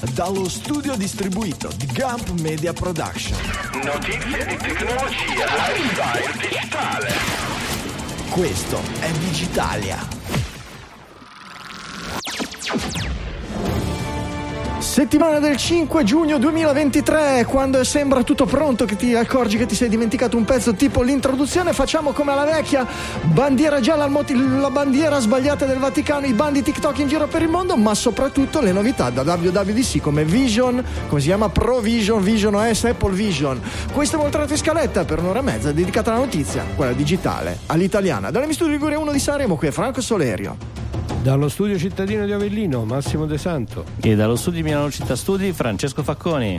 dallo studio distribuito di Gump Media Production. Notizie di tecnologia, lifestyle digitale. Questo è Digitalia. Settimana del 5 giugno 2023, quando sembra tutto pronto che ti accorgi che ti sei dimenticato un pezzo, tipo l'introduzione, facciamo come alla vecchia, bandiera gialla, la bandiera sbagliata del Vaticano, i bandi TikTok in giro per il mondo, ma soprattutto le novità da WWDC come Vision, come si chiama, Pro Vision, Vision OS, Apple Vision. Questo è Voltrato in Scaletta per un'ora e mezza dedicata alla notizia, quella digitale, all'italiana. Dalle mie studio Liguria 1 di Sanremo, qui è Franco Solerio. Dallo studio cittadino di Avellino, Massimo De Santo. E dallo studio di Milano Città Studi, Francesco Facconi.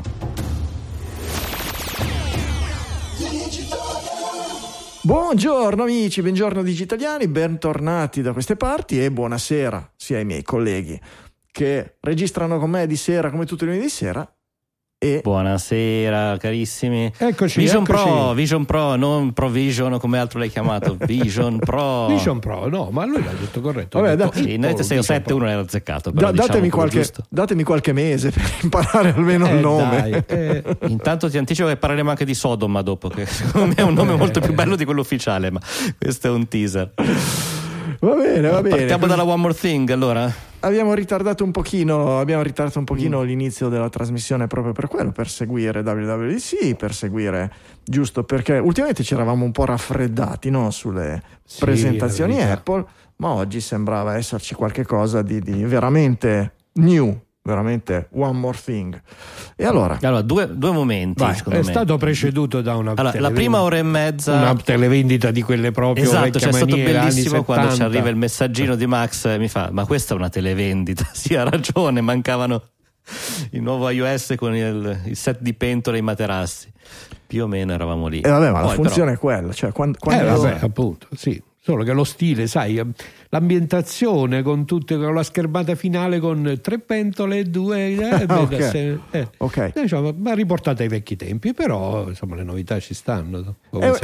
Buongiorno amici, buongiorno digitaliani, bentornati da queste parti e buonasera sia ai miei colleghi che registrano con me di sera come tutti i lunedì di sera. E buonasera carissimi. Eccoci, Vision eccoci. Vision Pro, non Provision come altro l'hai chiamato. Vision Pro. Vision Pro, no, ma lui l'ha detto corretto. Vabbè, Sì, in realtà 6 o 7 uno l'era azzeccato, però datemi qualche mese per imparare almeno il nome. Intanto ti anticipo che parleremo anche di Sodoma dopo, che secondo me è un nome molto più bello di quello ufficiale, ma questo è un teaser. Va bene. Partiamo dalla One More Thing, allora. Abbiamo ritardato un pochino l'inizio della trasmissione proprio per quello, per seguire WWDC, per seguire, giusto perché ultimamente ci eravamo un po' raffreddati, no, sulle presentazioni Apple, ma oggi sembrava esserci qualche cosa di veramente new, veramente one more thing. E allora due momenti. Vai, secondo è me stato preceduto da una la prima ora e mezza, una televendita di quelle proprio esatto, vecchia c'è stato maniera, bellissimo quando ci 70. arriva il messaggino di Max, mi fa: ma questa è una televendita? Sì, ha ragione, mancavano il nuovo iOS con il set di pentole e i materassi, più o meno eravamo lì. Vabbè, ma poi, la funzione è quella, cioè quando vabbè, appunto, sì. Solo che lo stile, sai, l'ambientazione con la schermata finale con 3 pentole e 2 ok. Diciamo, ma riportate ai vecchi tempi, però insomma le novità ci stanno.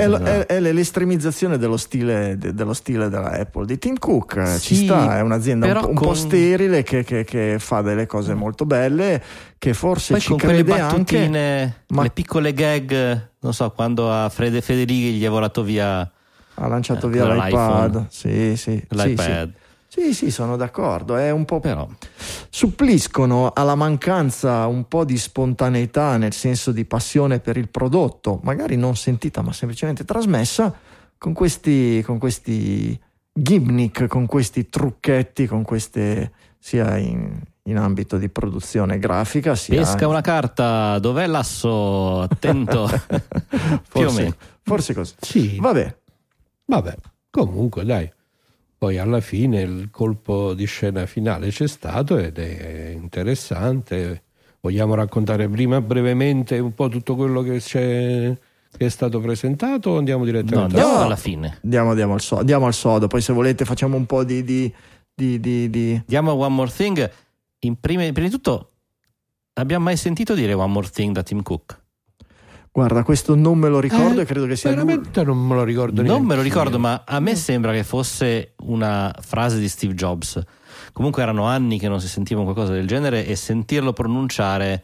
È l'estremizzazione dello stile della Apple di Tim Cook. Ci sta, è un'azienda un po' sterile che fa delle cose molto belle, che forse poi ci con crede quelle battutine, anche, ma le piccole gag, non so, quando a Federighi gli è volato via, ha lanciato via l'iPad. l'iPad. Sì, sono d'accordo. È un po'. Però suppliscono alla mancanza un po' di spontaneità, nel senso di passione per il prodotto, magari non sentita ma semplicemente trasmessa, con questi gimmick, con questi trucchetti, con queste, sia in ambito di produzione grafica, sia pesca una carta, dov'è l'asso? Attento. Più o meno. Forse così. Sì. Vabbè, comunque dai, poi alla fine il colpo di scena finale c'è stato ed è interessante. Vogliamo raccontare prima brevemente un po' tutto quello che è stato presentato o andiamo direttamente? No, andiamo alla fine. Andiamo al sodo, poi se volete facciamo un po' di Andiamo a One More Thing. Prima di tutto, abbiamo mai sentito dire One More Thing da Tim Cook? Guarda, questo non me lo ricordo e credo che sia veramente non me lo ricordo neanche. Non me lo ricordo, ma a me sembra che fosse una frase di Steve Jobs. Comunque erano anni che non si sentiva qualcosa del genere e sentirlo pronunciare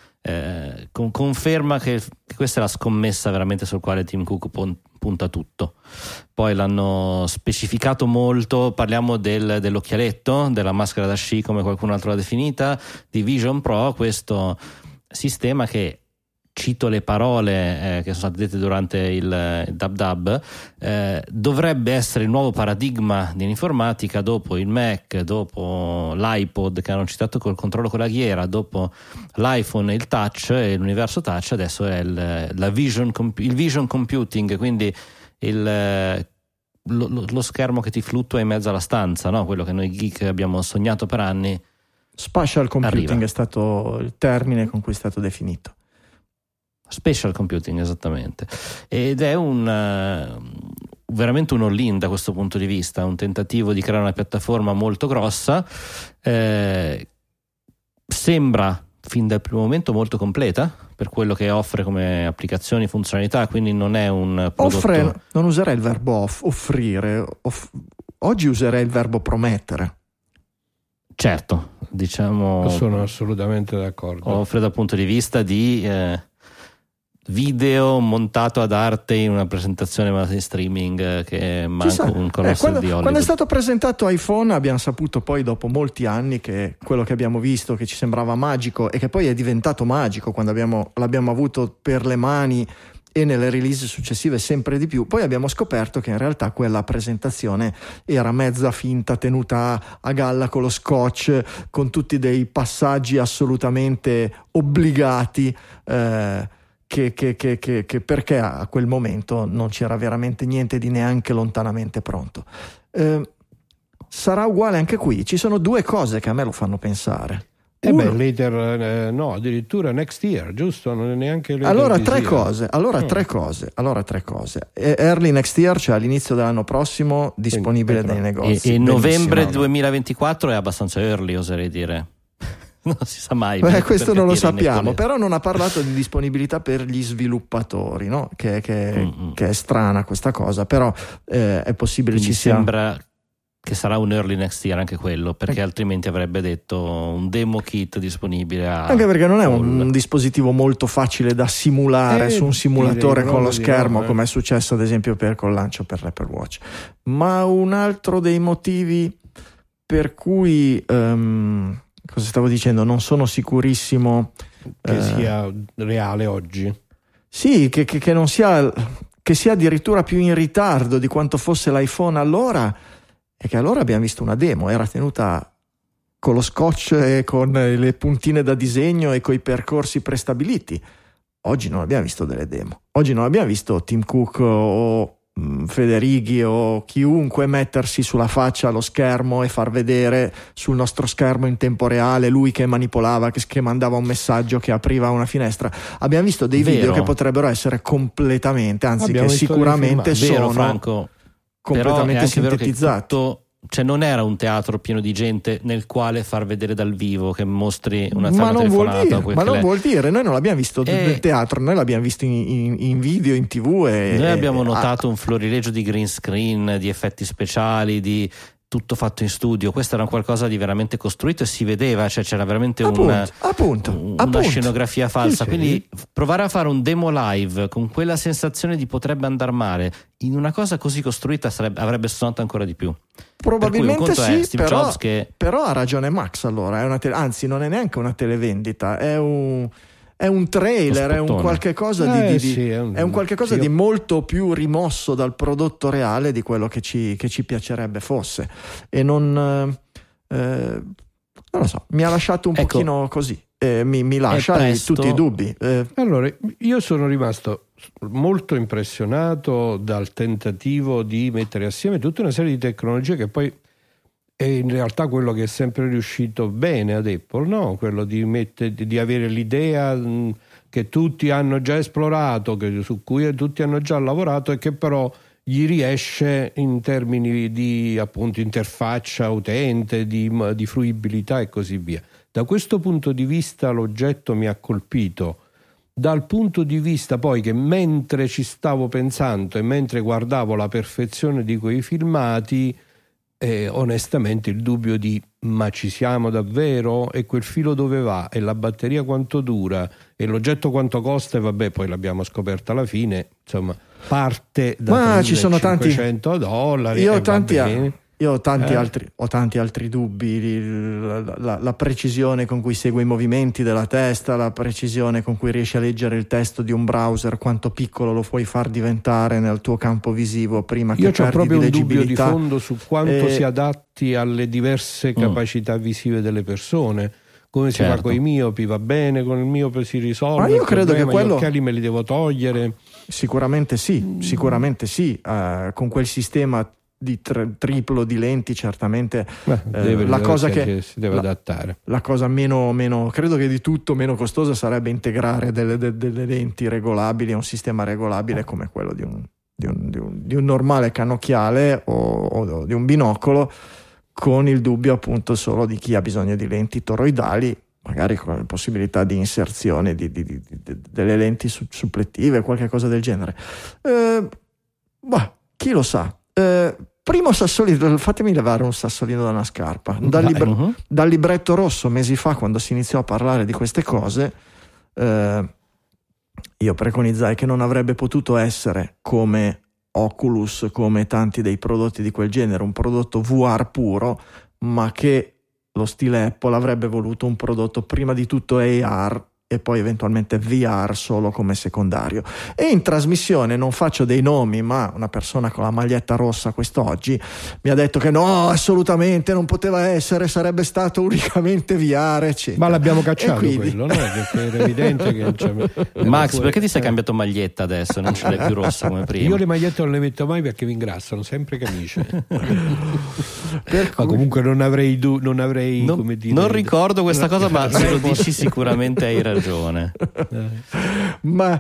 conferma che questa è la scommessa veramente sul quale Tim Cook punta tutto. Poi l'hanno specificato molto, parliamo dell'occhialetto, della maschera da sci come qualcun altro l'ha definita, di Vision Pro, questo sistema che, cito le parole che sono state dette durante il Dab, dovrebbe essere il nuovo paradigma dell'informatica dopo il Mac, dopo l'iPod che hanno citato col controllo con la ghiera, dopo l'iPhone e il touch e l'universo touch, adesso è il vision computing, quindi lo schermo che ti fluttua in mezzo alla stanza, no? Quello che noi geek abbiamo sognato per anni. Spatial computing arriva. È stato il termine con cui è stato definito. Spatial computing, esattamente, ed è veramente un all-in da questo punto di vista, un tentativo di creare una piattaforma molto grossa, sembra fin dal primo momento molto completa per quello che offre come applicazioni, funzionalità, quindi non è un prodotto... non userei il verbo offrire, oggi userei il verbo promettere. Certo, diciamo. Sono assolutamente d'accordo. Offre dal punto di vista di video montato ad arte in una presentazione in streaming che manca un colosso di Hollywood. Quando è stato presentato iPhone abbiamo saputo poi dopo molti anni che quello che abbiamo visto, che ci sembrava magico e che poi è diventato magico quando l'abbiamo avuto per le mani e nelle release successive sempre di più, poi abbiamo scoperto che in realtà quella presentazione era mezza finta, tenuta a galla con lo scotch, con tutti dei passaggi assolutamente obbligati, che perché a quel momento non c'era veramente niente di neanche lontanamente pronto. Sarà uguale anche qui, ci sono due cose che a me lo fanno pensare. Later, no, addirittura next year, giusto? Non è neanche later. Allora tre cose. Early next year, cioè all'inizio dell'anno prossimo, disponibile nei negozi. E novembre 2024 è abbastanza early, oserei dire. Non si sa mai. Questo non lo sappiamo, però non ha parlato di disponibilità per gli sviluppatori, no? Che è strana questa cosa, però è possibile mi ci sia. Sembra che sarà un early next year anche quello, perché altrimenti avrebbe detto un demo kit disponibile anche perché non è un dispositivo molto facile da simulare su un simulatore con lo schermo, come è successo ad esempio col lancio per l'Apple Watch. Ma un altro dei motivi per cui cosa stavo dicendo? Non sono sicurissimo che sia reale oggi. Sì, che non sia, che sia addirittura più in ritardo di quanto fosse l'iPhone allora, e che allora abbiamo visto una demo, era tenuta con lo scotch e con le puntine da disegno e con i percorsi prestabiliti. Oggi non abbiamo visto delle demo. Oggi non abbiamo visto Tim Cook o Federighi o chiunque mettersi sulla faccia lo schermo e far vedere sul nostro schermo in tempo reale lui che manipolava, che mandava un messaggio, che apriva una finestra. Abbiamo visto dei video che potrebbero essere completamente, anzi che sicuramente sono Franco, completamente sintetizzati. Cioè non era un teatro pieno di gente nel quale far vedere dal vivo, che mostri una sala telefonata. Ma non vuol dire, noi non l'abbiamo visto nel teatro, noi l'abbiamo visto in video, in TV. Noi abbiamo notato un florilegio di green screen, di effetti speciali, di tutto fatto in studio. Questo era qualcosa di veramente costruito e si vedeva, cioè c'era veramente una scenografia falsa. Sì. Quindi provare a fare un demo live con quella sensazione di potrebbe andare male in una cosa così costruita avrebbe suonato ancora di più. Probabilmente sì, però ha ragione Max. Allora anzi non è neanche una televendita, è un trailer, è un qualche cosa di molto più rimosso dal prodotto reale di quello che ci piacerebbe fosse, e non lo so, mi ha lasciato un pochino così, mi lascia tutti i dubbi. Allora, io sono rimasto molto impressionato dal tentativo di mettere assieme tutta una serie di tecnologie che poi è in realtà quello che è sempre riuscito bene ad Apple, no? Quello di avere l'idea che tutti hanno già esplorato, su cui tutti hanno già lavorato e che però gli riesce in termini di appunto interfaccia utente, di fruibilità e così via. Da questo punto di vista l'oggetto mi ha colpito. Dal punto di vista poi che mentre ci stavo pensando e mentre guardavo la perfezione di quei filmati, onestamente il dubbio di ma ci siamo davvero, e quel filo dove va, e la batteria quanto dura, e l'oggetto quanto costa, e vabbè, poi l'abbiamo scoperto alla fine, insomma parte da $500. Io ho tanti altri dubbi, la precisione con cui segue i movimenti della testa, la precisione con cui riesci a leggere il testo di un browser, quanto piccolo lo puoi far diventare nel tuo campo visivo prima che perdi di leggibilità. Io ho proprio un dubbio di fondo su quanto si adatti alle diverse capacità visive delle persone. Come si fa con i miopi, va bene, con il miope si risolve. Ma io credo che gli occhiali me li devo togliere. Sicuramente sì, con quel sistema di triplo di lenti certamente la cosa che si deve adattare. La cosa meno credo che di tutto meno costosa sarebbe integrare delle lenti regolabili a un sistema regolabile come quello di un normale cannocchiale o di un binocolo, con il dubbio appunto solo di chi ha bisogno di lenti toroidali, magari con la possibilità di inserzione delle lenti supplettive, qualche cosa del genere. Chi lo sa. Primo sassolino, fatemi levare un sassolino da una scarpa. Dal libretto rosso mesi fa, quando si iniziò a parlare di queste cose, io preconizzai che non avrebbe potuto essere come Oculus, come tanti dei prodotti di quel genere, un prodotto VR puro, ma che lo stile Apple avrebbe voluto un prodotto prima di tutto AR e poi eventualmente VR solo come secondario. E in trasmissione, non faccio dei nomi, ma una persona con la maglietta rossa quest'oggi mi ha detto che no, assolutamente non poteva essere, sarebbe stato unicamente VR, eccetera. Ma l'abbiamo cacciato quindi... quello, no? Perché era evidente che Max, perché ti sei cambiato maglietta adesso? Non ce l'hai più rossa come prima? Io le magliette non le metto mai perché mi ingrassano, sempre camicie. Ma comunque non avrei come dire, non ricordo questa cosa, ma se lo dici sicuramente hai ragione. Ma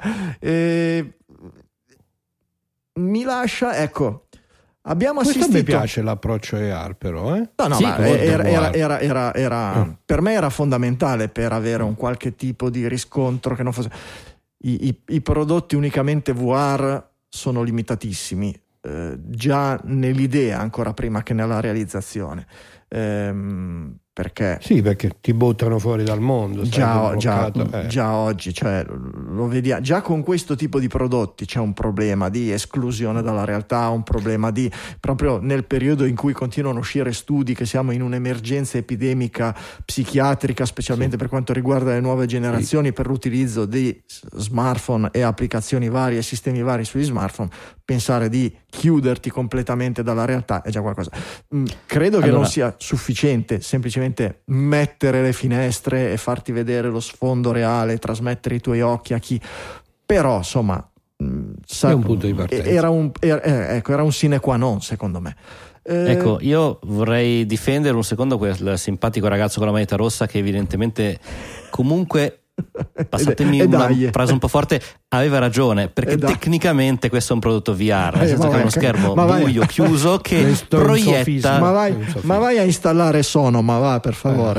mi lascia, ecco, abbiamo assistito. Questo mi piace l'approccio AR, però. No, sì, ma era per me era fondamentale per avere un qualche tipo di riscontro che non fosse. I prodotti unicamente VR sono limitatissimi, già nell'idea ancora prima che nella realizzazione. Perché ti buttano fuori dal mondo già oggi, cioè, lo vediamo, già con questo tipo di prodotti c'è un problema di esclusione dalla realtà, un problema di, proprio nel periodo in cui continuano a uscire studi che siamo in un'emergenza epidemica psichiatrica, specialmente per quanto riguarda le nuove generazioni, per l'utilizzo di smartphone e applicazioni varie, sistemi vari sugli smartphone. Pensare di chiuderti completamente dalla realtà è già qualcosa. Credo che non sia sufficiente semplicemente mettere le finestre e farti vedere lo sfondo reale, trasmettere i tuoi occhi a chi, però insomma è un punto di partenza. Era un sine qua non, secondo me. Ecco, io vorrei difendere un secondo quel simpatico ragazzo con la maglietta rossa che evidentemente comunque, passatemi una frase un po' forte, aveva ragione, perché tecnicamente questo è un prodotto VR, nel senso che è uno schermo buio chiuso che proietta. Ma vai a installare Sonoma, va, per favore.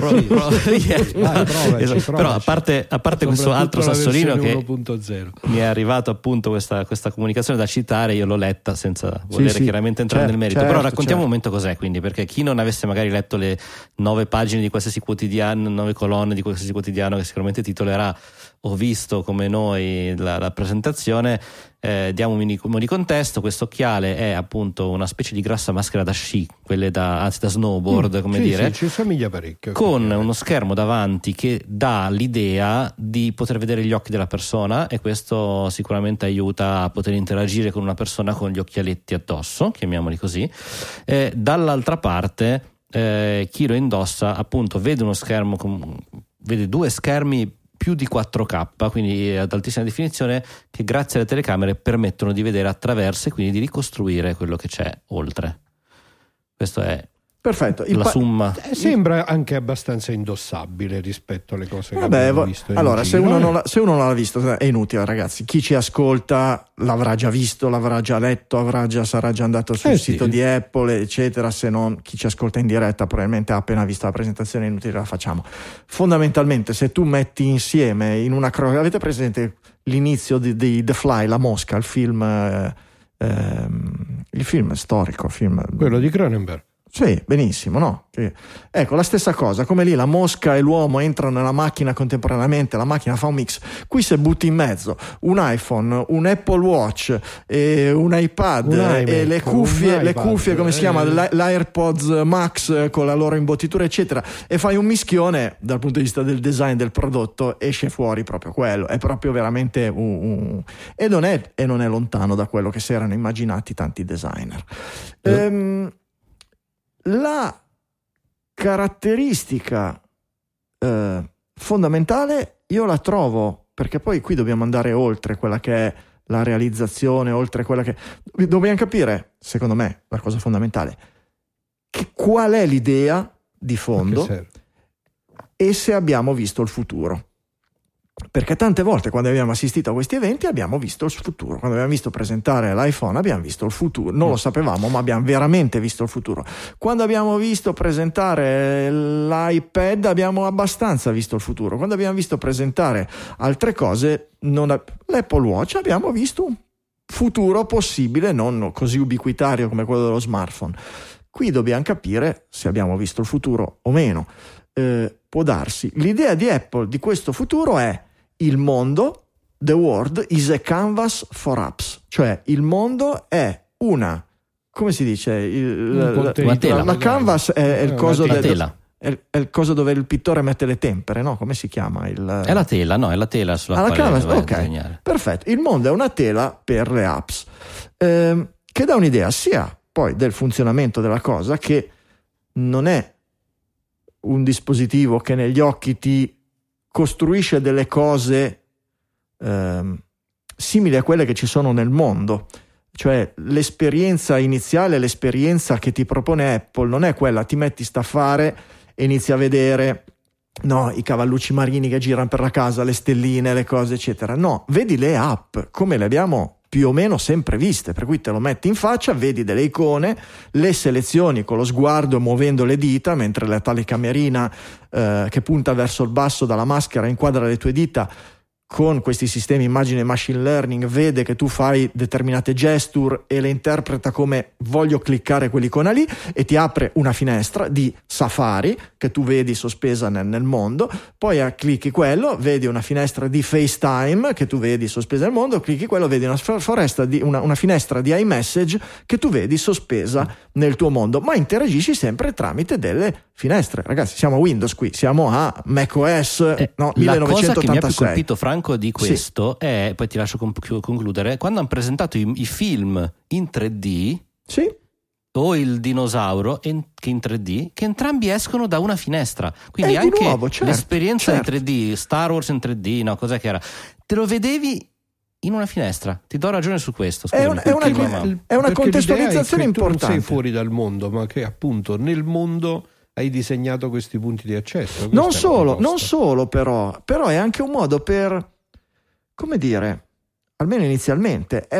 Però a parte questo altro sassolino che 1.0 mi è arrivato appunto questa comunicazione da citare, io l'ho letta senza voler chiaramente entrare nel merito, però raccontiamo un momento cos'è, quindi, perché chi non avesse magari letto le 9 pagine di qualsiasi quotidiano, 9 colonne di qualsiasi quotidiano che sicuramente titolerà "Ho visto come noi" la presentazione, diamo un minimo di contesto. Questo occhiale è appunto una specie di grossa maschera da sci, quelle da snowboard, come dire, ci somiglia parecchio, con uno schermo davanti che dà l'idea di poter vedere gli occhi della persona, e questo sicuramente aiuta a poter interagire con una persona con gli occhialetti addosso, chiamiamoli così. Dall'altra parte chi lo indossa appunto vede uno schermo, vede 2 schermi più di 4K, quindi ad altissima definizione, che grazie alle telecamere permettono di vedere attraverso e quindi di ricostruire quello che c'è oltre. Questo è perfetto. La summa sembra anche abbastanza indossabile rispetto alle cose che abbiamo visto. Allora, se uno non l'ha visto è inutile, ragazzi. Chi ci ascolta l'avrà già visto, l'avrà già letto, sarà già andato sul sito di Apple, eccetera. Se non, chi ci ascolta in diretta probabilmente ha appena visto la presentazione, è inutile, la facciamo. Fondamentalmente, se tu metti insieme in una avete presente l'inizio di The Fly, La Mosca, il film storico, quello di Cronenberg. Sì, benissimo, no? Ecco, la stessa cosa, come lì la mosca e l'uomo entrano nella macchina contemporaneamente, la macchina fa un mix. Qui se butti in mezzo un iPhone, un Apple Watch, un iPad, e le cuffie, come si chiama, l'AirPods Max con la loro imbottitura, eccetera, e fai un mischione, dal punto di vista del design del prodotto esce fuori proprio quello, è proprio veramente e non è lontano da quello che si erano immaginati tanti designer. La caratteristica fondamentale io la trovo, perché poi qui dobbiamo andare oltre quella che è la realizzazione, oltre quella che dobbiamo capire, secondo me, la cosa fondamentale, qual è l'idea di fondo e se abbiamo visto il futuro. Perché tante volte quando abbiamo assistito a questi eventi abbiamo visto il futuro, quando abbiamo visto presentare l'iPhone abbiamo visto il futuro, non lo sapevamo ma abbiamo veramente visto il futuro. Quando abbiamo visto presentare l'iPad abbiamo abbastanza visto il futuro. Quando abbiamo visto presentare altre cose, l'Apple Watch, abbiamo visto un futuro possibile, non così ubiquitario come quello dello smartphone. Qui dobbiamo capire se abbiamo visto il futuro o meno. Può darsi. L'idea di Apple di questo futuro è: il mondo, the world is a canvas for apps, cioè il mondo è una, come si dice, la canvas è il coso è il coso dove il pittore mette le tempere, no? Come si chiama? È la tela, no? È la tela sulla quale canvas, vai a ok, disegnare. Perfetto. Il mondo è una tela per le apps, che dà un'idea sia poi del funzionamento della cosa, che non è un dispositivo che negli occhi ti costruisce delle cose simili a quelle che ci sono nel mondo. Cioè l'esperienza iniziale, l'esperienza che ti propone Apple non è quella: ti metti sta a fare e inizi a vedere, no, i cavallucci marini che girano per la casa, le stelline, le cose eccetera. No, vedi le app come le abbiamo più o meno sempre viste, per cui te lo metti in faccia, vedi delle icone, le selezioni con lo sguardo muovendo le dita, mentre la telecamerina che punta verso il basso dalla maschera inquadra le tue dita. Con questi sistemi immagine machine learning vede che tu fai determinate gesture e le interpreta come: voglio cliccare quell'icona lì, e ti apre una finestra di Safari che tu vedi sospesa nel mondo. Poi clicchi quello, vedi una finestra di FaceTime che tu vedi sospesa nel mondo, clicchi quello, vedi una finestra di iMessage che tu vedi sospesa nel tuo mondo, ma interagisci sempre tramite delle finestre. Ragazzi, siamo a Windows qui, siamo a macOS, no, 1986. La cosa che mi ha più colpito, Franco, di questo è, poi ti lascio concludere, quando hanno presentato i film in 3D, sì, o il dinosauro che in 3D, che entrambi escono da una finestra, quindi anche nuovo, certo, l'esperienza in 3D, Star Wars in 3D, no, cos'è che era? Te lo vedevi in una finestra. Ti do ragione su questo. Scusami, è una contestualizzazione importante. Tu non sei fuori dal mondo, ma che appunto nel mondo hai disegnato questi punti di accesso. Non solo però è anche un modo per, come dire, almeno inizialmente, è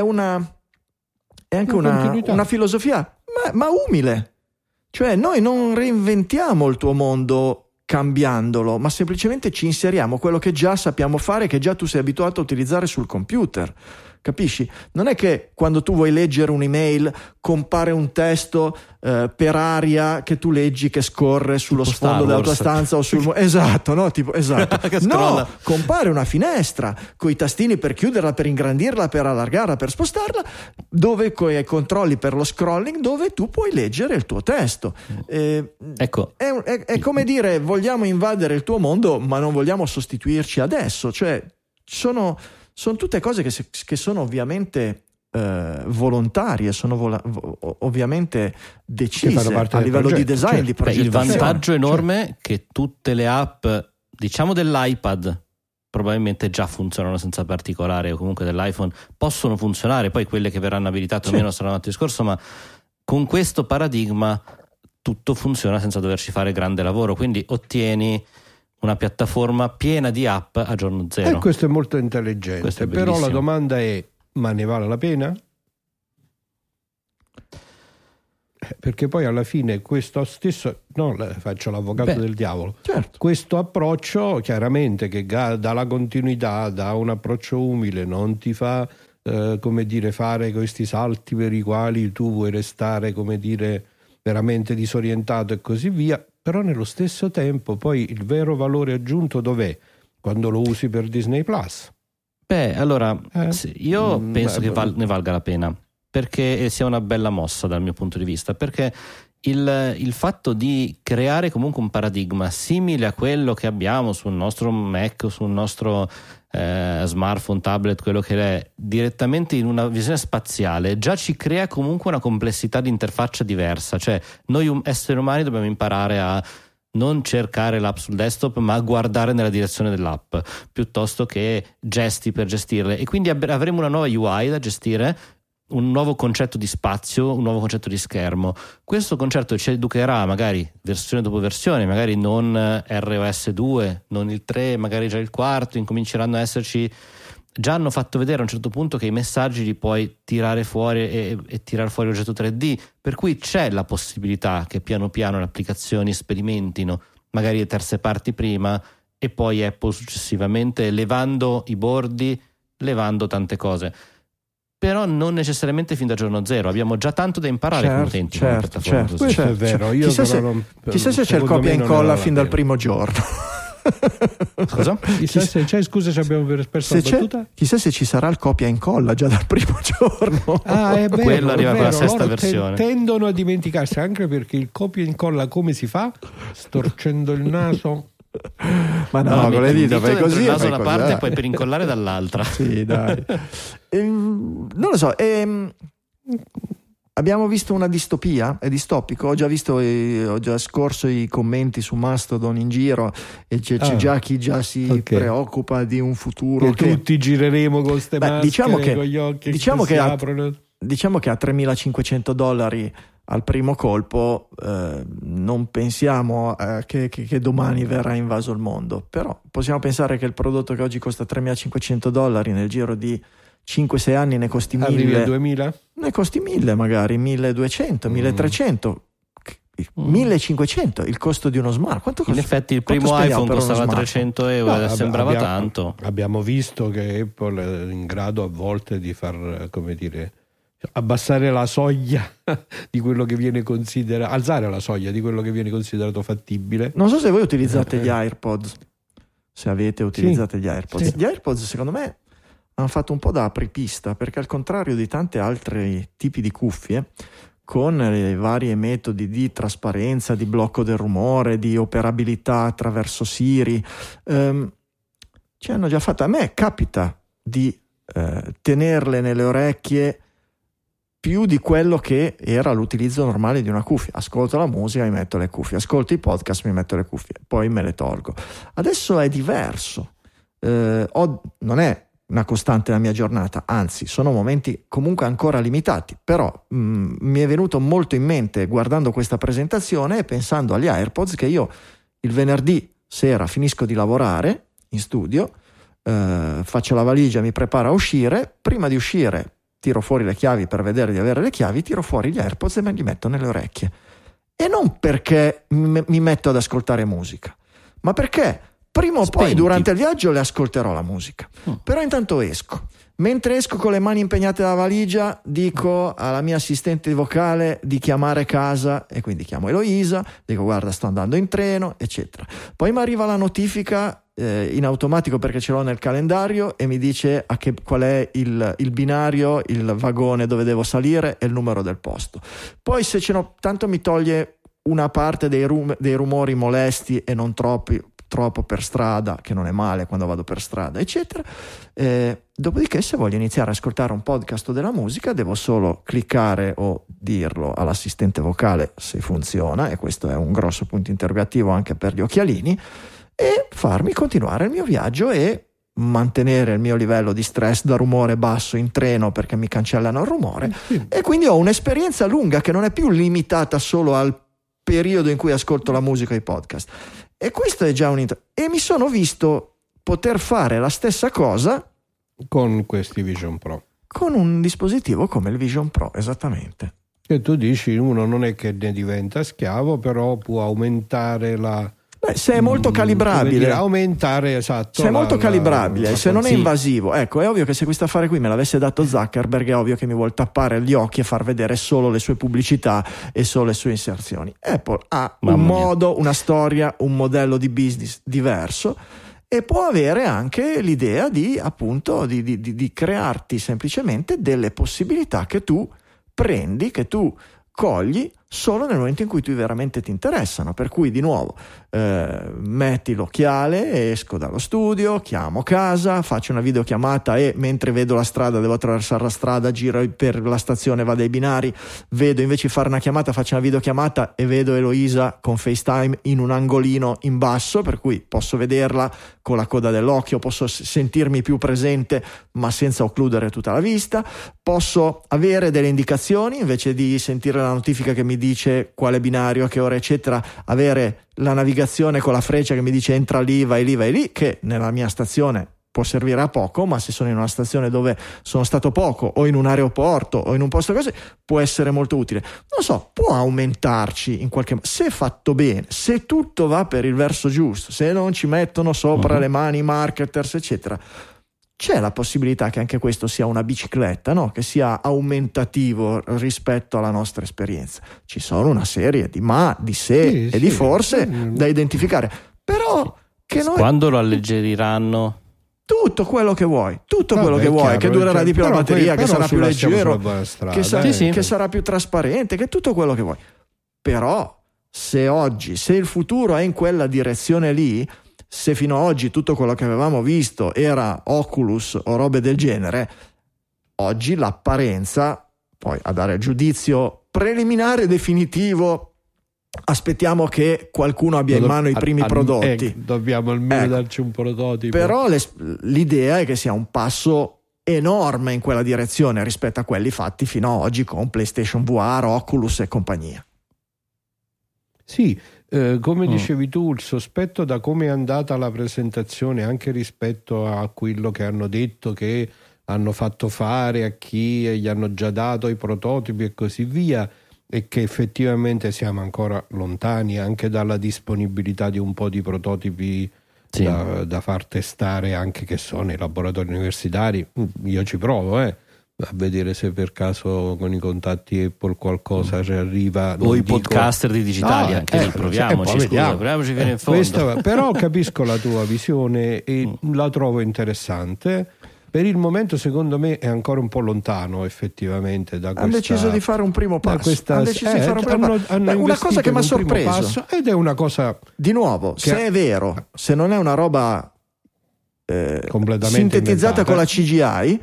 anche una filosofia, ma umile. Cioè noi non reinventiamo il tuo mondo cambiandolo, ma semplicemente ci inseriamo quello che già sappiamo fare, che già tu sei abituato a utilizzare sul computer. Capisci? Non è che quando tu vuoi leggere un'email compare un testo per aria che tu leggi, che scorre sullo tipo sfondo della tua stanza o sul esatto, no? Tipo esatto. No, compare una finestra con i tastini per chiuderla, per ingrandirla, per allargarla, per spostarla, dove con i controlli per lo scrolling, dove tu puoi leggere il tuo testo. Ecco, è come dire: vogliamo invadere il tuo mondo, ma non vogliamo sostituirci adesso. Cioè sono tutte cose che sono ovviamente volontarie, sono ovviamente decise a livello di design, certo, di progettazione. Il vantaggio enorme che tutte le app, diciamo dell'iPad, probabilmente già funzionano senza particolare, o comunque dell'iPhone possono funzionare, poi quelle che verranno abilitate o meno sarà un altro discorso, ma con questo paradigma tutto funziona senza doverci fare grande lavoro, quindi ottieni una piattaforma piena di app a giorno zero. E questo è molto intelligente, però la domanda è: ma ne vale la pena? Perché poi alla fine questo stesso, faccio l'avvocato del diavolo, certo, questo approccio chiaramente che dà la continuità, dà un approccio umile, non ti fa fare questi salti per i quali tu vuoi restare veramente disorientato e così via. Però nello stesso tempo poi il vero valore aggiunto dov'è? Quando lo usi per Disney Plus. Allora io penso che ne valga la pena, perché sia una bella mossa dal mio punto di vista, perché il fatto di creare comunque un paradigma simile a quello che abbiamo sul nostro Mac o sul nostro smartphone, tablet, quello che è, direttamente in una visione spaziale, già ci crea comunque una complessità di interfaccia diversa. Cioè noi esseri umani dobbiamo imparare a non cercare l'app sul desktop, ma a guardare nella direzione dell'app piuttosto che gesti per gestirle, e quindi avremo una nuova UI da gestire, un nuovo concetto di spazio, un nuovo concetto di schermo. Questo concetto ci educherà magari versione dopo versione, magari non ROS 2, non il 3, magari già il 4, incominceranno a esserci. Già hanno fatto vedere a un certo punto che i messaggi li puoi tirare fuori e tirare fuori l'oggetto 3D, per cui c'è la possibilità che piano piano le applicazioni sperimentino magari le terze parti prima e poi Apple successivamente, levando i bordi, levando tante cose. però non necessariamente fin da giorno zero. Abbiamo già tanto da imparare come utenti. Certo. Questo è vero. Io Chissà se c'è il copia e incolla fin dal primo giorno. Scusa? Scusa, ci abbiamo perso la battuta. Chissà se ci sarà il copia e incolla già dal primo giorno. È vero, quello arriva con la sesta loro versione. Tendono a dimenticarsi, anche perché il copia e incolla come si fa? Storcendo il naso. Ma no, con le dita fai così, il naso da una parte e poi per incollare dall'altra. Sì, dai. Non lo so. Abbiamo visto una distopia? È distopico? Ho già scorso i commenti su Mastodon in giro e c'è già chi già si preoccupa di un futuro che tutti gireremo con ste maschere, con gli occhi si aprono. Diciamo che a $3.500 al primo colpo non pensiamo che domani verrà invaso il mondo, però possiamo pensare che il prodotto che oggi costa $3.500 nel giro di 5-6 anni ne costi 1.000. Arrivi a 2.000? Ne costi 1.000 magari, 1.200, 1.300, 1.500 il costo di uno smart. Quanto costa? In effetti il primo iPhone costava €300, sembrava tanto. Abbiamo visto che Apple è in grado a volte di far, come dire, abbassare la soglia di quello che viene considerato, alzare la soglia di quello che viene considerato fattibile. Non so se voi utilizzate gli AirPods, se avete utilizzato gli AirPods. Sì. Gli AirPods secondo me hanno fatto un po' da apripista, perché al contrario di tanti altri tipi di cuffie, con i vari metodi di trasparenza, di blocco del rumore, di operabilità attraverso Siri, ci hanno già fatto. A me capita di tenerle nelle orecchie più di quello che era l'utilizzo normale di una cuffia. Ascolto la musica, mi metto le cuffie, ascolto i podcast, mi metto le cuffie, poi me le tolgo. Adesso è diverso, non è una costante nella mia giornata, anzi sono momenti comunque ancora limitati, però mi è venuto molto in mente guardando questa presentazione e pensando agli AirPods che io il venerdì sera finisco di lavorare in studio, faccio la valigia, mi preparo a uscire, prima di uscire tiro fuori le chiavi per vedere di avere le chiavi, tiro fuori gli AirPods e me li metto nelle orecchie, e non perché mi metto ad ascoltare musica, ma perché prima o poi durante il viaggio le ascolterò la musica. Però intanto esco. Mentre esco con le mani impegnate nella valigia, dico alla mia assistente vocale di chiamare casa, e quindi chiamo Eloisa, dico guarda sto andando in treno, eccetera. Poi mi arriva la notifica in automatico perché ce l'ho nel calendario e mi dice qual è il binario, il vagone dove devo salire e il numero del posto. Poi se ce n'ho, tanto mi toglie una parte dei rumori molesti e non troppo per strada, che non è male quando vado per strada, eccetera. Dopodiché se voglio iniziare a ascoltare un podcast o della musica devo solo cliccare o dirlo all'assistente vocale se funziona, e questo è un grosso punto interrogativo anche per gli occhialini, e farmi continuare il mio viaggio e mantenere il mio livello di stress da rumore basso in treno perché mi cancellano il rumore. E quindi ho un'esperienza lunga che non è più limitata solo al periodo in cui ascolto la musica e i podcast. E questo è già e mi sono visto poter fare la stessa cosa con questi Vision Pro, con un dispositivo come il Vision Pro, esattamente. Che tu dici, uno non è che ne diventa schiavo, però può aumentare la... se è molto calibrabile, aumentare, esatto, se è molto calibrabile, se non è sì. invasivo, ecco, è ovvio che se questo affare qui me l'avesse dato Zuckerberg, è ovvio che mi vuol tappare gli occhi e far vedere solo le sue pubblicità e solo le sue inserzioni. Apple ha un modo, una storia, un modello di business diverso, e può avere anche l'idea di, appunto, di crearti semplicemente delle possibilità che tu prendi, che tu cogli solo nel momento in cui tu veramente ti interessano. Per cui di nuovo metti l'occhiale, esco dallo studio, chiamo casa, faccio una videochiamata e mentre vedo la strada, devo attraversare la strada, giro per la stazione, vado ai binari, vedo invece di fare una chiamata, faccio una videochiamata e vedo Eloisa con FaceTime in un angolino in basso, per cui posso vederla con la coda dell'occhio, posso sentirmi più presente ma senza occludere tutta la vista, posso avere delle indicazioni invece di sentire la notifica che mi dice quale binario, a che ora eccetera, avere la navigazione con la freccia che mi dice entra lì, vai lì, che nella mia stazione può servire a poco, ma se sono in una stazione dove sono stato poco o in un aeroporto o in un posto così può essere molto utile. Non so, può aumentarci in qualche modo, se fatto bene, se tutto va per il verso giusto, se non ci mettono sopra le mani i marketers eccetera, c'è la possibilità che anche questo sia una bicicletta, no? Che sia aumentativo rispetto alla nostra esperienza. Ci sono una serie di ma, di se e di forse da identificare, però che noi... Quando lo alleggeriranno? Tutto quello che vuoi, quello che vuoi, chiaro, che durerà di più la batteria, che sarà più leggero, che sarà più trasparente, che tutto quello che vuoi. Però se il futuro è in quella direzione lì, se fino ad oggi tutto quello che avevamo visto era Oculus o robe del genere, oggi l'apparenza, poi a dare giudizio preliminare definitivo, aspettiamo che qualcuno abbia in mano i primi prodotti. Dobbiamo almeno darci un prototipo. Però l'idea è che sia un passo enorme in quella direzione rispetto a quelli fatti fino ad oggi con PlayStation VR, Oculus e compagnia. Sì, come dicevi tu, il sospetto da come è andata la presentazione, anche rispetto a quello che hanno detto che hanno fatto fare a chi gli hanno già dato i prototipi e così via, e che effettivamente siamo ancora lontani anche dalla disponibilità di un po' di prototipi da far testare, anche che sono nei laboratori universitari. Io ci provo a vedere se per caso con i contatti Apple qualcosa ci arriva, o i podcaster di Digitalia, anche lì proviamoci fino in fondo. Però capisco la tua visione e la trovo interessante. Per il momento secondo me è ancora un po' lontano effettivamente da questa... Hanno deciso di fare un primo passo. Una cosa che mi ha sorpreso, ed è una cosa di nuovo, se è vero, se non è una roba completamente sintetizzata inventata, con la CGI,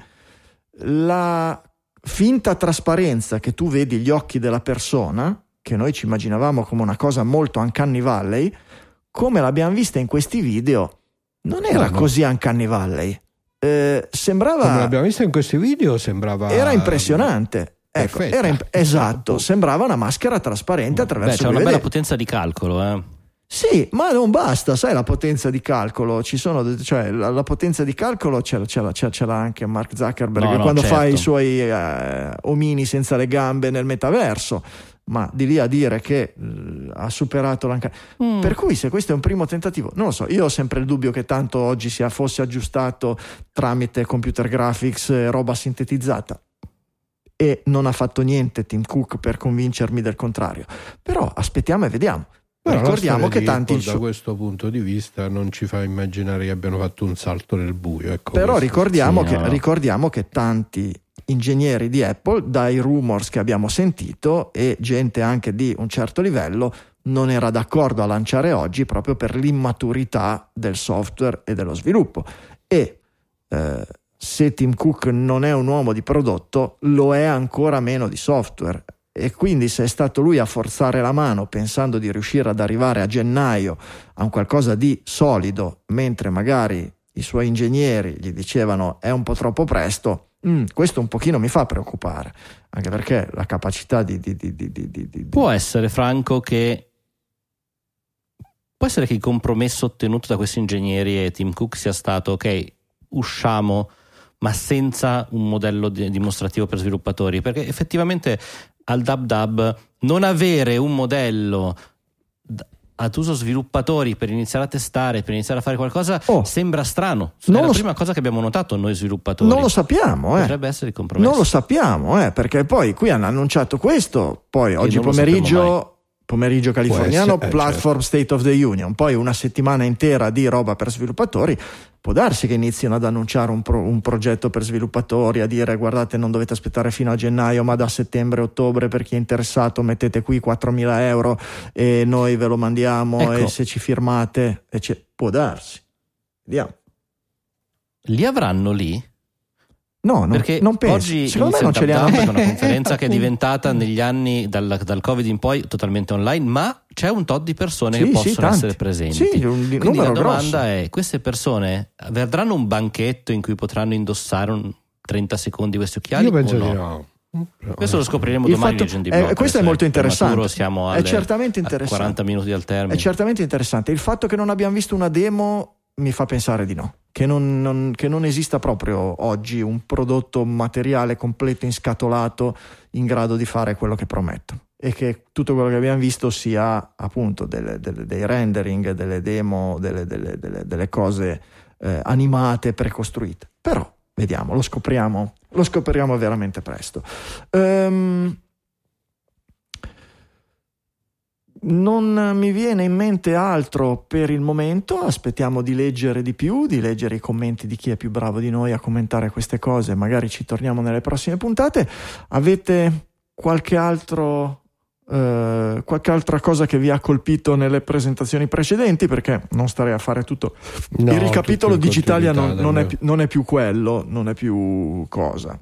la finta trasparenza che tu vedi gli occhi della persona, che noi ci immaginavamo come una cosa molto Uncanny Valley, come l'abbiamo vista in questi video, non era così Uncanny Valley. Sembrava, come l'abbiamo visto in questi video, sembrava, era impressionante. Ecco, esatto, sembrava una maschera trasparente attraverso c'è una bella potenza di calcolo, Sì, ma non basta, sai, la potenza di calcolo, la potenza di calcolo ce l'ha anche Mark Zuckerberg quando fa i suoi omini senza le gambe nel metaverso. Ma di lì a dire che ha superato per cui, se questo è un primo tentativo, non lo so, io ho sempre il dubbio che tanto oggi fosse aggiustato tramite computer graphics, roba sintetizzata, e non ha fatto niente Tim Cook per convincermi del contrario. Però aspettiamo e vediamo. Però ricordiamo che tanti da questo punto di vista non ci fa immaginare che abbiano fatto un salto nel buio, ecco. Però ricordiamo che tanti ingegneri di Apple, dai rumors che abbiamo sentito, e gente anche di un certo livello, non era d'accordo a lanciare oggi proprio per l'immaturità del software e dello sviluppo. E se Tim Cook non è un uomo di prodotto, lo è ancora meno di software. E quindi, se è stato lui a forzare la mano pensando di riuscire ad arrivare a gennaio a un qualcosa di solido, mentre magari i suoi ingegneri gli dicevano è un po' troppo presto, questo un pochino mi fa preoccupare, anche perché la capacità di può essere, Franco, che può essere che il compromesso ottenuto da questi ingegneri e Tim Cook sia stato: ok, usciamo ma senza un modello dimostrativo per sviluppatori, perché effettivamente al DubDub non avere un modello ad uso sviluppatori per iniziare a testare, per iniziare a fare qualcosa, sembra strano. È la prima cosa che abbiamo notato noi sviluppatori. Non lo sappiamo, potrebbe essere il compromesso. Non lo sappiamo, perché poi qui hanno annunciato questo, poi oggi pomeriggio californiano, Platform State of the Union, poi una settimana intera di roba per sviluppatori. Può darsi che iniziano ad annunciare un progetto per sviluppatori, a dire guardate, non dovete aspettare fino a gennaio, ma da settembre-ottobre, per chi è interessato mettete qui 4.000 euro e noi ve lo mandiamo, e se ci firmate, può darsi. Vediamo. Li avranno lì? No, perché non penso. Oggi secondo me non ce li hanno. È una conferenza che è diventata negli anni dal Covid in poi totalmente online, ma c'è un tot di persone che possono essere presenti. Quindi la domanda è: queste persone vedranno un banchetto in cui potranno indossare 30 secondi questi occhiali? Io penso di no. Questo lo scopriremo domani leggendo i blog. Questo è molto interessante. Siamo è certamente interessante. 40 minuti al termine. È certamente interessante. Il fatto che non abbiamo visto una demo mi fa pensare di no, che non esista proprio oggi un prodotto materiale completo inscatolato in grado di fare quello che promettono, e che tutto quello che abbiamo visto sia appunto dei rendering, delle demo, delle cose animate, precostruite. Però vediamo, lo scopriamo veramente presto. Non mi viene in mente altro per il momento, aspettiamo di leggere di più, di leggere i commenti di chi è più bravo di noi a commentare queste cose, magari ci torniamo nelle prossime puntate. Avete qualche altra cosa che vi ha colpito nelle presentazioni precedenti? Perché non starei a fare tutto il ricapitolo. Digitalia non è più quello, non è più cosa.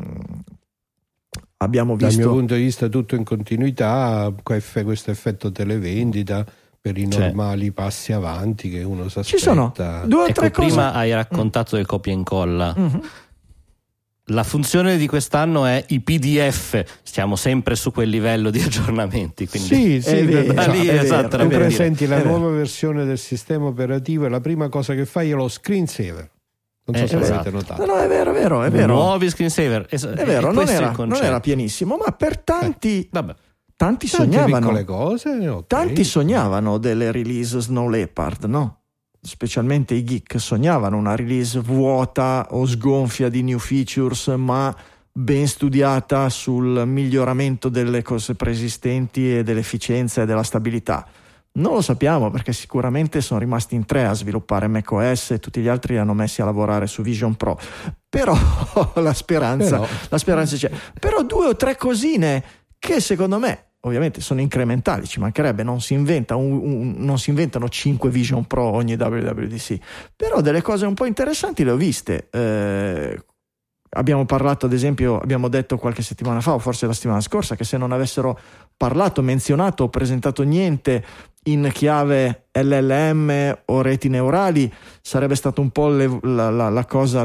Abbiamo visto, dal mio punto di vista, tutto in continuità, questo effetto televendita per i normali passi avanti che uno si aspetta. Ci sono 2 o 3 cose. Prima hai raccontato del copia e incolla. La funzione di quest'anno è i PDF, stiamo sempre su quel livello di aggiornamenti, quindi sì, esatto, tu presenti la nuova versione del sistema operativo e la prima cosa che fai è lo screensaver. Non so se avete notato. No, è vero. Nuovi screensaver. È vero, non era pienissimo, ma per tanti sognavano piccole cose, okay. Tanti sognavano delle release Snow Leopard, no? Specialmente i geek sognavano una release vuota o sgonfia di new features, ma ben studiata sul miglioramento delle cose preesistenti e dell'efficienza e della stabilità. Non lo sappiamo, perché sicuramente sono rimasti in 3 a sviluppare macOS e tutti gli altri li hanno messi a lavorare su Vision Pro. Però la speranza c'è. Però 2 o 3 cosine che secondo me ovviamente sono incrementali, ci mancherebbe, non si inventano 5 Vision Pro ogni WWDC, però delle cose un po' interessanti le ho viste. Abbiamo parlato, ad esempio, abbiamo detto qualche settimana fa o forse la settimana scorsa che se non avessero menzionato o presentato niente in chiave LLM o reti neurali sarebbe stato un po' la cosa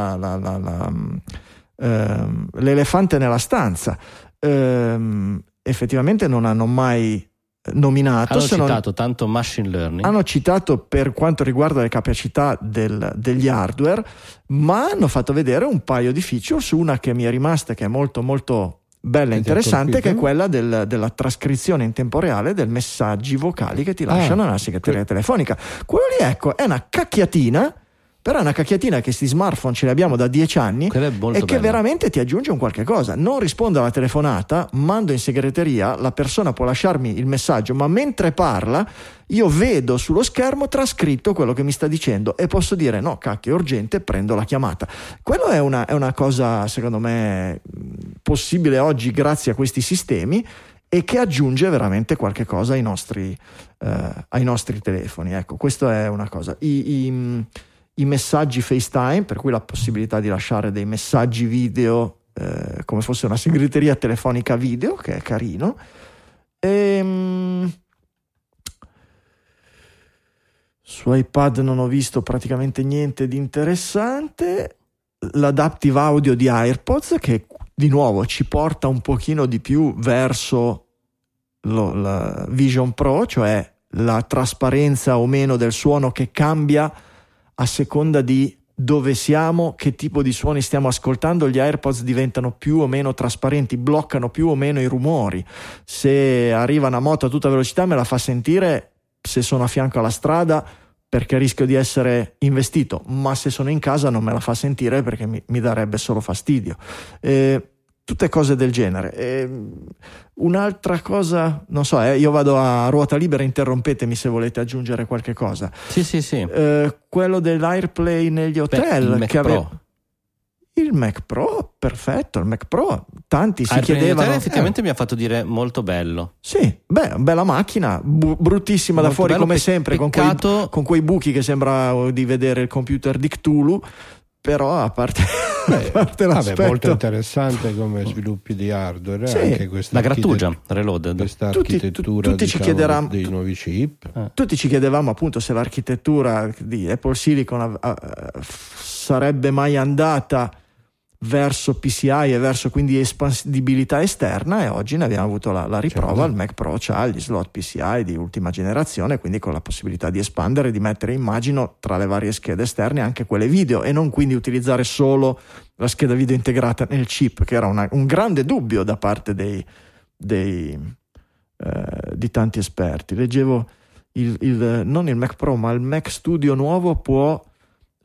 l'elefante nella stanza. Effettivamente non hanno mai nominato, hanno citato tanto machine learning, hanno citato per quanto riguarda le capacità degli hardware, ma hanno fatto vedere un paio di features, una che mi è rimasta, che è molto molto bella e interessante, che è quella della trascrizione in tempo reale dei messaggi vocali che ti lasciano nella segreteria telefonica. Quello lì, ecco, è una cacchiatina, però è una cacchiatina che sti smartphone ce li abbiamo da 10 anni e che veramente ti aggiunge un qualche cosa. Non rispondo alla telefonata, mando in segreteria, la persona può lasciarmi il messaggio, ma mentre parla io vedo sullo schermo trascritto quello che mi sta dicendo e posso dire no, cacchio, è urgente, prendo la chiamata. Quello è una cosa secondo me possibile oggi grazie a questi sistemi e che aggiunge veramente qualche cosa ai nostri telefoni. Ecco, questa è una cosa. I messaggi FaceTime, per cui la possibilità di lasciare dei messaggi video come fosse una segreteria telefonica video, che è carino. Su iPad non ho visto praticamente niente di interessante. L'adaptive audio di AirPods, che di nuovo ci porta un pochino di più verso la Vision Pro, cioè la trasparenza o meno del suono che cambia a seconda di dove siamo, che tipo di suoni stiamo ascoltando. Gli AirPods diventano più o meno trasparenti, bloccano più o meno i rumori. Se arriva una moto a tutta velocità me la fa sentire se sono a fianco alla strada, perché rischio di essere investito, ma se sono in casa non me la fa sentire perché mi darebbe solo fastidio. Tutte cose del genere. Un'altra cosa, non so, io vado a ruota libera, interrompetemi se volete aggiungere qualche cosa. Sì. Quello dell'AirPlay negli hotel, il Mac Pro, perfetto, il Mac Pro, tanti si chiedevano. Effettivamente mi ha fatto dire molto bello. Sì, bella macchina, bruttissima molto da fuori bello, come sempre, con quei buchi che sembra di vedere il computer di Cthulhu, però a parte l'aspetto, molto interessante come sviluppi di hardware, sì. Anche questa la grattugia Reloaded, questa architettura tutti ci chiederanno dei nuovi chip. Tutti ci chiedevamo appunto se l'architettura di Apple Silicon sarebbe mai andata verso PCI e verso quindi espandibilità esterna, e oggi ne abbiamo avuto la riprova. Certo. Il Mac Pro c'ha gli slot PCI di ultima generazione, quindi con la possibilità di espandere, di mettere, immagino, tra le varie schede esterne anche quelle video, e non quindi utilizzare solo la scheda video integrata nel chip, che era un grande dubbio da parte di tanti esperti. Leggevo non il Mac Pro, ma il Mac Studio nuovo può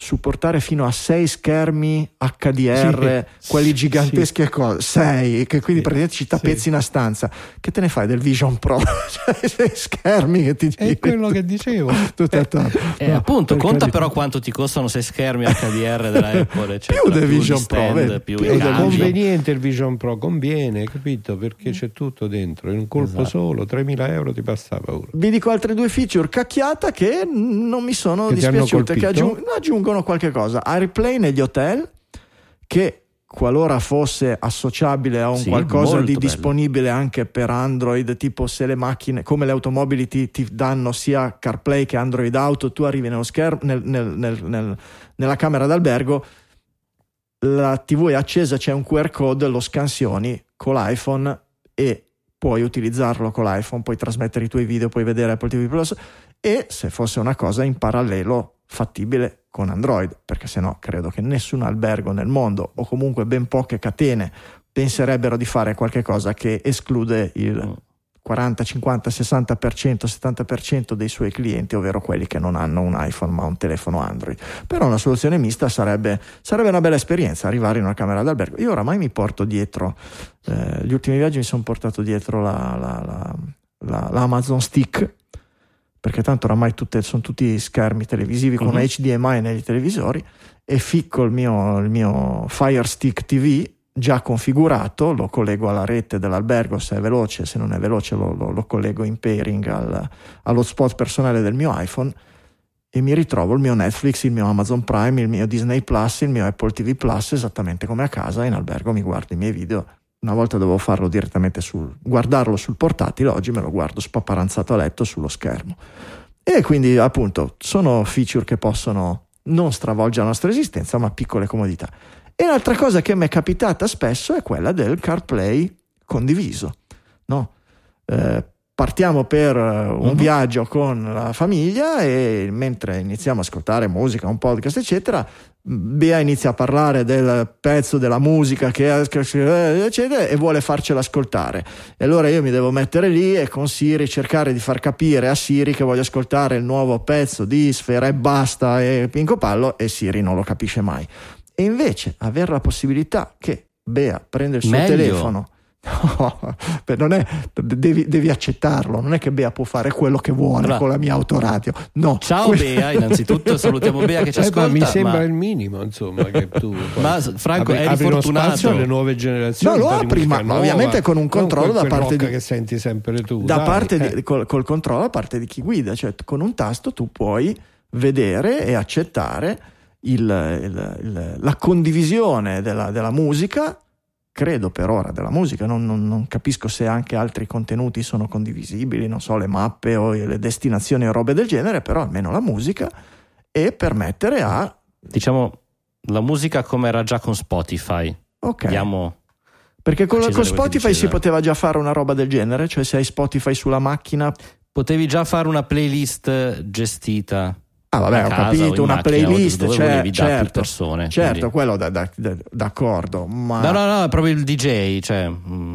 supportare fino a 6 schermi HDR, quelli giganteschi e cose, 6, che quindi praticamente ci tappezzi una stanza. Che te ne fai del Vision Pro? 6 schermi che ti giri. È quello che dicevo. No, appunto, conta però quanto ti costano 6 schermi HDR della Apple, più del Vision Pro, più è conveniente il Vision Pro, conviene, capito? Perché c'è tutto dentro, in un colpo solo, 3.000 euro ti passava ora. Vi dico altre 2 feature cacchiata che non mi sono dispiaciute, che aggiungono qualche cosa. AirPlay negli hotel, che qualora fosse associabile a un qualcosa di disponibile anche per Android, tipo se le macchine, come le automobili ti danno sia CarPlay che Android Auto, tu arrivi nello schermo nella camera d'albergo, la TV è accesa, c'è un QR code, lo scansioni con l'iPhone e puoi utilizzarlo con l'iPhone, puoi trasmettere i tuoi video, puoi vedere Apple TV Plus, e se fosse una cosa in parallelo fattibile con Android, perché sennò credo che nessun albergo nel mondo, o comunque ben poche catene, penserebbero di fare qualche cosa che esclude il 40, 50, 60%, 70% dei suoi clienti, ovvero quelli che non hanno un iPhone ma un telefono Android. Però una soluzione mista sarebbe una bella esperienza, arrivare in una camera d'albergo. Io oramai mi porto dietro, gli ultimi viaggi mi sono portato dietro la Amazon Stick, perché tanto oramai sono tutti schermi televisivi con HDMI negli televisori, e ficco il mio Fire Stick TV già configurato, lo collego alla rete dell'albergo se è veloce, se non è veloce lo collego in pairing all'hotspot personale del mio iPhone, e mi ritrovo il mio Netflix, il mio Amazon Prime, il mio Disney Plus, il mio Apple TV Plus esattamente come a casa. In albergo mi guardo i miei video. Una volta dovevo farlo direttamente guardarlo sul portatile, oggi me lo guardo spaparanzato a letto sullo schermo. E quindi appunto sono feature che possono non stravolgere la nostra esistenza, ma piccole comodità. E l'altra cosa che mi è capitata spesso è quella del CarPlay condiviso, no? Partiamo per un viaggio con la famiglia e mentre iniziamo a ascoltare musica, un podcast eccetera, Bea inizia a parlare del pezzo della musica che eccetera e vuole farcela ascoltare, e allora io mi devo mettere lì e con Siri cercare di far capire a Siri che voglio ascoltare il nuovo pezzo di Sfera Ebbasta e Pinco Pallo, e Siri non lo capisce mai. E invece avere la possibilità che Bea prende il suo telefono, no, non è, devi accettarlo, non è che Bea può fare quello che vuole con la mia autoradio, no. Ciao Bea, innanzitutto salutiamo Bea che ci ascolta. Mi sembra il minimo, insomma, che tu ma Franco eri apri fortunato spazio alle nuove generazioni. No, lo apri, ma ovviamente con un controllo da parte di che senti sempre tu, col controllo da parte di chi guida, cioè con un tasto tu puoi vedere e accettare la condivisione della musica. Credo per ora della musica, non capisco se anche altri contenuti sono condivisibili, non so, le mappe o le destinazioni o robe del genere, però almeno la musica, e permettere a, diciamo, la musica come era già con Spotify. Ok. Perché con Spotify si poteva già fare una roba del genere, cioè se hai Spotify sulla macchina potevi già fare una playlist gestita. Ah vabbè, ho capito, una playlist, certo, persone, certo, quello d'accordo, ma no, è proprio il DJ, cioè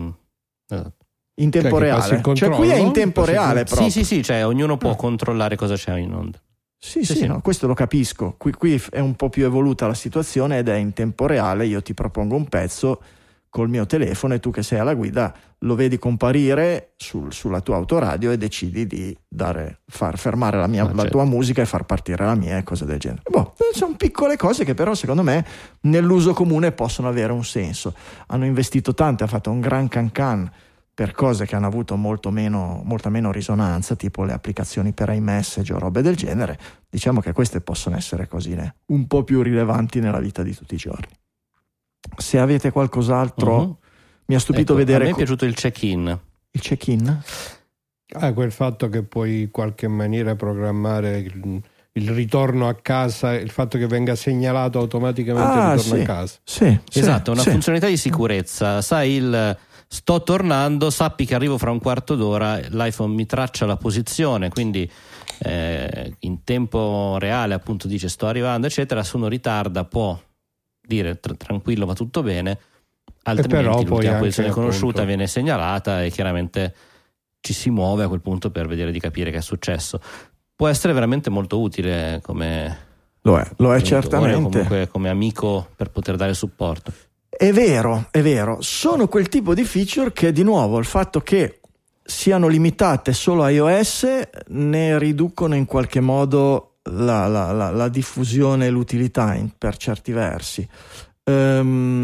in tempo reale, cioè qui è in tempo reale proprio. Sì, cioè ognuno può controllare cosa c'è in onda. Sì. No, questo lo capisco. Qui è un po' più evoluta la situazione ed è in tempo reale. Io ti propongo un pezzo col mio telefono e tu che sei alla guida lo vedi comparire sulla tua autoradio e decidi di far fermare la tua musica e far partire la mia e cose del genere. Sono piccole cose che però secondo me nell'uso comune possono avere un senso. Hanno investito tanto, ha fatto un gran can per cose che hanno avuto molta meno risonanza, tipo le applicazioni per iMessage o robe del genere. Diciamo che queste possono essere cosine un po' più rilevanti nella vita di tutti i giorni. Se avete qualcos'altro, mi ha stupito vedere. A me è piaciuto il check-in. Il check-in? Quel fatto che puoi in qualche maniera programmare il ritorno a casa, il fatto che venga segnalato automaticamente il ritorno a casa. Sì, esatto, una funzionalità di sicurezza. Sai, sto tornando, sappi che arrivo fra un quarto d'ora, l'iPhone mi traccia la posizione, quindi in tempo reale appunto dice sto arrivando eccetera. Se uno ritarda può dire tranquillo, va tutto bene, altrimenti l'ultima posizione conosciuta viene segnalata e chiaramente ci si muove a quel punto per vedere di capire che è successo. Può essere veramente molto utile come Lo è certamente. Comunque come amico per poter dare supporto. È vero, sono quel tipo di feature che, di nuovo, il fatto che siano limitate solo a iOS ne riducono in qualche modo la diffusione e l'utilità per certi versi. Per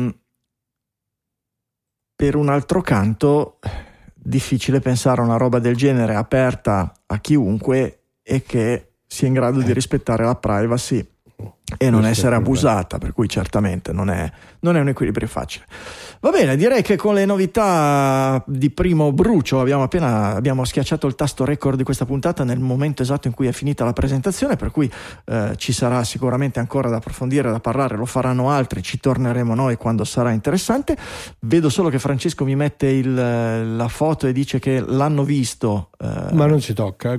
un altro canto, difficile pensare a una roba del genere aperta a chiunque e che sia in grado di rispettare la privacy e non essere abusata, per cui certamente non è un equilibrio facile. Va bene, direi che con le novità di primo brucio abbiamo schiacciato il tasto record di questa puntata nel momento esatto in cui è finita la presentazione, per cui ci sarà sicuramente ancora da approfondire, da parlare, lo faranno altri, ci torneremo noi quando sarà interessante. Vedo solo che Francesco mi mette la foto e dice che l'hanno visto, ma non si tocca,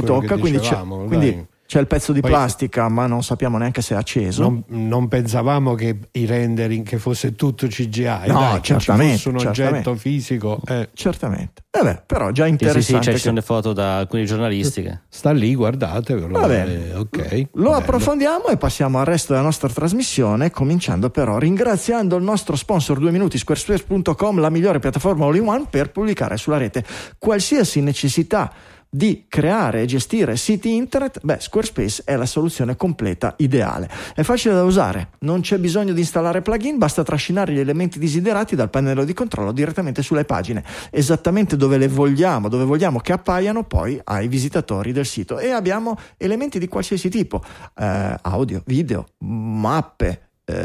quindi c'è il pezzo di plastica, ma non sappiamo neanche se è acceso. Non pensavamo che i rendering, che fosse tutto CGI, no, certamente, che ci fosse un oggetto fisico. Certamente. Però già interessante. Sì, ci sono le foto da alcuni giornalisti che sta lì, guardatevelo. Va bene. Okay, lo approfondiamo e passiamo al resto della nostra trasmissione, cominciando però ringraziando il nostro sponsor 2 minuti, squarespace.com, la migliore piattaforma all-in-one per pubblicare sulla rete qualsiasi necessità di creare e gestire siti internet. Squarespace è la soluzione completa ideale. È facile da usare, non c'è bisogno di installare plugin, basta trascinare gli elementi desiderati dal pannello di controllo direttamente sulle pagine, esattamente dove vogliamo che appaiano poi ai visitatori del sito, e abbiamo elementi di qualsiasi tipo, audio, video, mappe,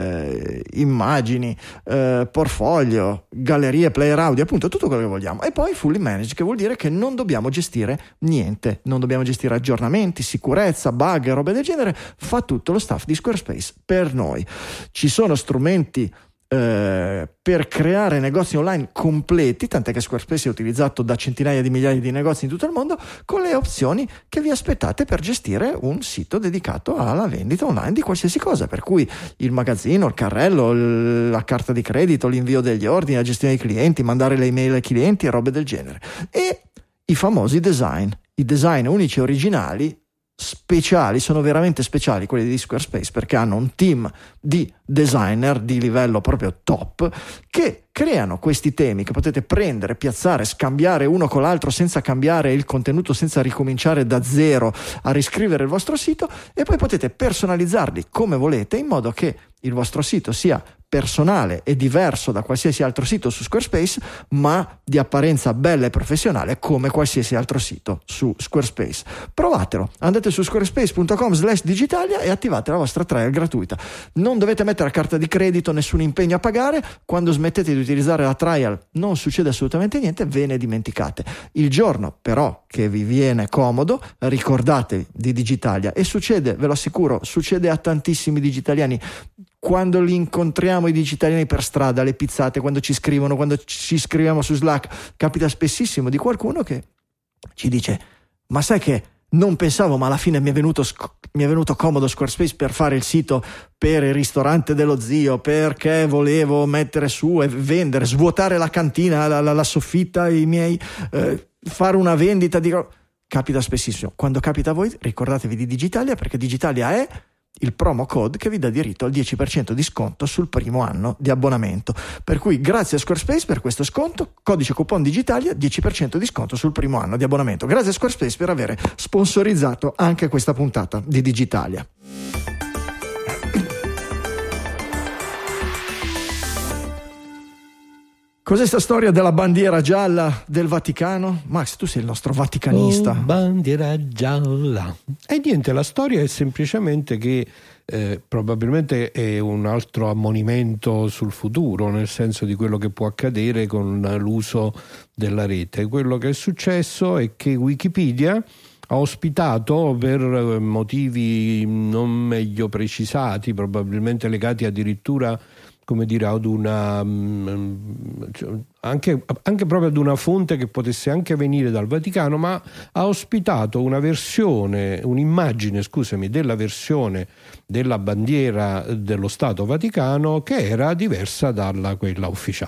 immagini, portfolio, gallerie, player audio, appunto tutto quello che vogliamo. E poi fully managed, che vuol dire che non dobbiamo gestire niente, non dobbiamo gestire aggiornamenti, sicurezza, bug e robe del genere, fa tutto lo staff di Squarespace per noi. Ci sono strumenti per creare negozi online completi, tant'è che Squarespace è utilizzato da centinaia di migliaia di negozi in tutto il mondo, con le opzioni che vi aspettate per gestire un sito dedicato alla vendita online di qualsiasi cosa, per cui il magazzino, il carrello, la carta di credito, l'invio degli ordini, la gestione dei clienti, mandare le email ai clienti e robe del genere. E i famosi design, i design unici e originali, speciali, sono veramente speciali quelli di Squarespace, perché hanno un team di designer di livello proprio top che creano questi temi che potete prendere, piazzare, scambiare uno con l'altro senza cambiare il contenuto, senza ricominciare da zero a riscrivere il vostro sito, e poi potete personalizzarli come volete, in modo che il vostro sito sia personale e diverso da qualsiasi altro sito su Squarespace, ma di apparenza bella e professionale come qualsiasi altro sito su Squarespace. Provatelo, andate su squarespace.com/digitalia e attivate la vostra trial gratuita. Non dovete mettere a carta di credito, nessun impegno a pagare. Quando smettete di utilizzare la trial non succede assolutamente niente, ve ne dimenticate. Il giorno però che vi viene comodo, ricordatevi di Digitalia, e succede, ve lo assicuro, succede a tantissimi digitaliani. Quando li incontriamo i digitaliani per strada, le pizzate, quando ci scrivono, quando ci scriviamo su Slack, capita spessissimo di qualcuno che ci dice: ma sai che non pensavo, ma alla fine mi è venuto comodo Squarespace per fare il sito per il ristorante dello zio, perché volevo mettere su e vendere, svuotare la cantina, la soffitta, i miei, fare una vendita di... Capita spessissimo. Quando capita a voi, ricordatevi di Digitalia, perché Digitalia è il promo code che vi dà diritto al 10% di sconto sul primo anno di abbonamento. Per cui grazie a Squarespace per questo sconto, codice coupon Digitalia, 10% di sconto sul primo anno di abbonamento. Grazie a Squarespace per aver sponsorizzato anche questa puntata di Digitalia. Cos'è sta storia della bandiera gialla del Vaticano? Max, tu sei il nostro vaticanista. Bandiera gialla. E niente, la storia è semplicemente che probabilmente è un altro ammonimento sul futuro, nel senso di quello che può accadere con l'uso della rete. Quello che è successo è che Wikipedia ha ospitato, per motivi non meglio precisati, probabilmente legati addirittura, come dire, ad una anche proprio ad una fonte che potesse anche venire dal Vaticano, ma ha ospitato un'immagine della versione della bandiera dello Stato Vaticano che era diversa dalla quella ufficiale.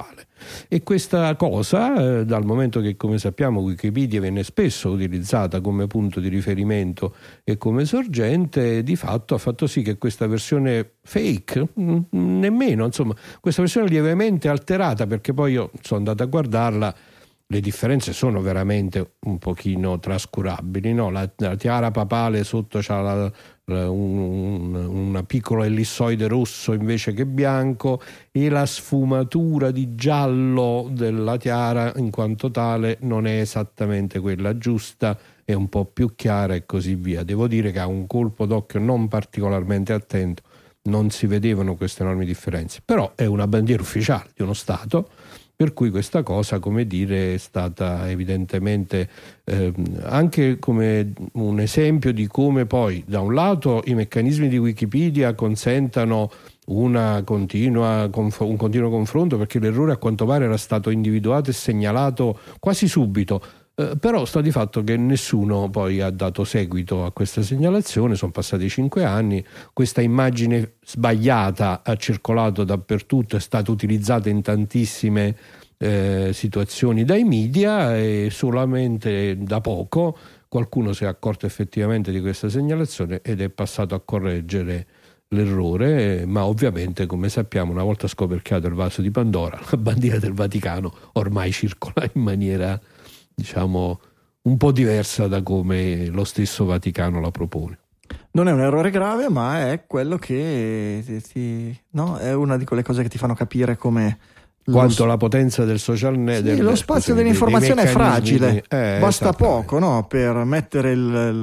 E questa cosa, dal momento che, come sappiamo, Wikipedia viene spesso utilizzata come punto di riferimento e come sorgente, di fatto ha fatto sì che questa versione fake, nemmeno, insomma, questa versione lievemente alterata, perché poi io sono andato a guardarla, le differenze sono veramente un pochino trascurabili, no? La tiara papale sotto c'ha una piccola ellissoide rosso invece che bianco, e la sfumatura di giallo della tiara in quanto tale non è esattamente quella giusta, è un po' più chiara e così via. Devo dire che a un colpo d'occhio non particolarmente attento non si vedevano queste enormi differenze, però è una bandiera ufficiale di uno Stato, per cui questa cosa, come dire, è stata evidentemente anche come un esempio di come poi da un lato i meccanismi di Wikipedia consentano un continuo confronto, perché l'errore a quanto pare era stato individuato e segnalato quasi subito. Però sta di fatto che nessuno poi ha dato seguito a questa segnalazione, sono passati 5 anni, questa immagine sbagliata ha circolato dappertutto, è stata utilizzata in tantissime situazioni dai media, e solamente da poco qualcuno si è accorto effettivamente di questa segnalazione ed è passato a correggere l'errore, ma ovviamente, come sappiamo, una volta scoperchiato il vaso di Pandora, la bandiera del Vaticano ormai circola in maniera, diciamo, un po' diversa da come lo stesso Vaticano la propone. Non è un errore grave, ma è quello che è una di quelle cose che ti fanno capire come quanto la potenza del social network, lo spazio dell'informazione è fragile, basta poco, no, per mettere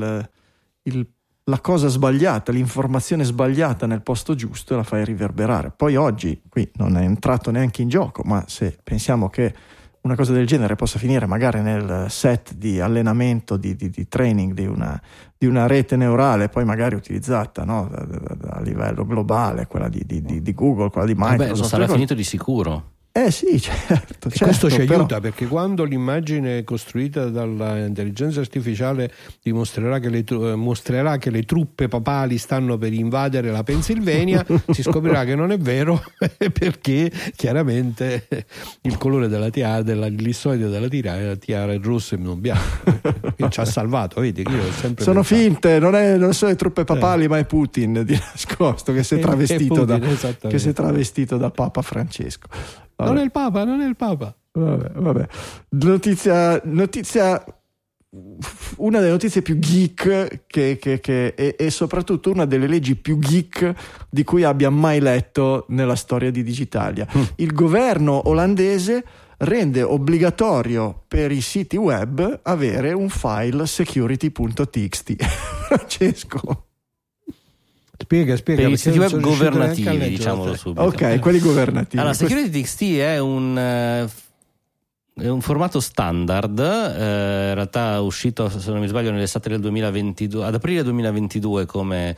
la cosa sbagliata, l'informazione sbagliata nel posto giusto e la fai riverberare. Poi oggi qui non è entrato neanche in gioco, ma se pensiamo che una cosa del genere possa finire magari nel set di allenamento, di training di una rete neurale, poi magari utilizzata, no, a livello globale, quella di Google, quella di Microsoft. Vabbè, lo sarà finito di sicuro. Sì, certo. Questo ci aiuta, perché quando l'immagine costruita dall'intelligenza artificiale mostrerà che le truppe papali stanno per invadere la Pennsylvania, si scoprirà che non è vero, perché chiaramente il colore dell'ellissoide della tiara è rosso e non bianco, che ci ha salvato, vedi, io ho sempre sono pensato. Finte, non sono le truppe papali, ma è Putin di nascosto che si è travestito da Papa Francesco. Non è il Papa. Vabbè. Notizia, una delle notizie più geek e soprattutto una delle leggi più geek di cui abbia mai letto nella storia di Digitalia. Il governo olandese rende obbligatorio per i siti web avere un file security.txt. Francesco, Spiega. Per i siti web governativi, diciamolo subito. Ok, quelli governativi. Allora, security.txt è un formato standard, in realtà è uscito, se non mi sbaglio, nell'estate del 2022, ad aprile 2022 come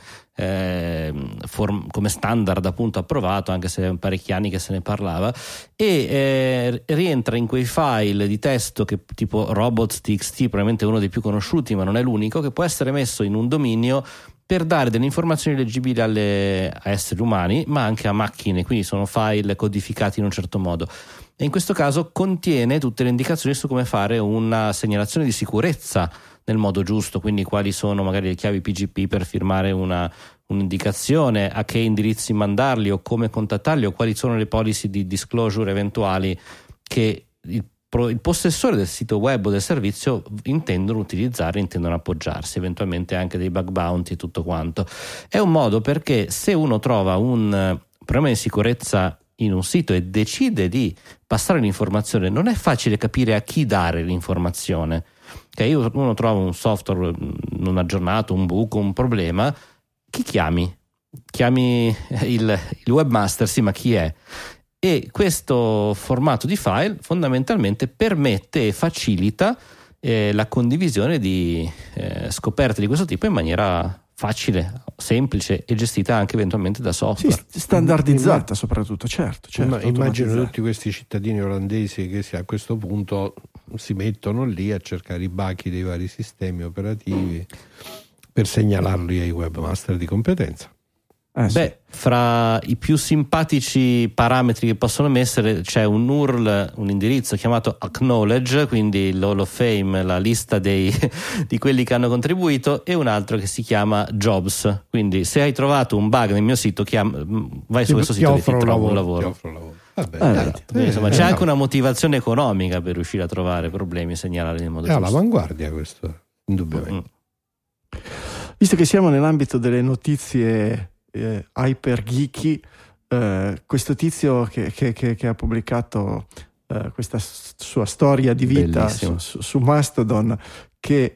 standard appunto approvato, anche se è parecchi anni che se ne parlava, e rientra in quei file di testo che tipo robots.txt, probabilmente uno dei più conosciuti ma non è l'unico, che può essere messo in un dominio per dare delle informazioni leggibili a esseri umani, ma anche a macchine, quindi sono file codificati in un certo modo. E in questo caso contiene tutte le indicazioni su come fare una segnalazione di sicurezza nel modo giusto, quindi quali sono magari le chiavi PGP per firmare un'indicazione, a che indirizzi mandarli o come contattarli, o quali sono le policy di disclosure eventuali che il possessore del sito web o del servizio intendono utilizzare, intendono appoggiarsi, eventualmente anche dei bug bounty e tutto quanto. È un modo perché se uno trova un problema di sicurezza in un sito e decide di passare l'informazione, non è facile capire a chi dare l'informazione. Uno trova un software non aggiornato, un buco, un problema, chi chiami? Chiami il webmaster, sì, ma chi è? E questo formato di file fondamentalmente permette e facilita la condivisione di scoperte di questo tipo in maniera facile, semplice e gestita anche eventualmente da software. Sì, standardizzata soprattutto, certo. Immagino tutti questi cittadini olandesi che a questo punto si mettono lì a cercare i bachi dei vari sistemi operativi per segnalarli ai webmaster di competenza. Beh, fra i più simpatici parametri che possono mettere c'è un URL, un indirizzo chiamato Acknowledge, quindi l'Hall of Fame, la lista di quelli che hanno contribuito, e un altro che si chiama Jobs. Quindi se hai trovato un bug nel mio sito, vai su questo sito e ti trovo un lavoro. Quindi, insomma, c'è anche una motivazione economica per riuscire a trovare problemi e segnalarli in modo giusto. È all'avanguardia questo, indubbiamente. Visto che siamo nell'ambito delle notizie hyper geeky, questo tizio che ha pubblicato questa sua storia di vita su Mastodon, che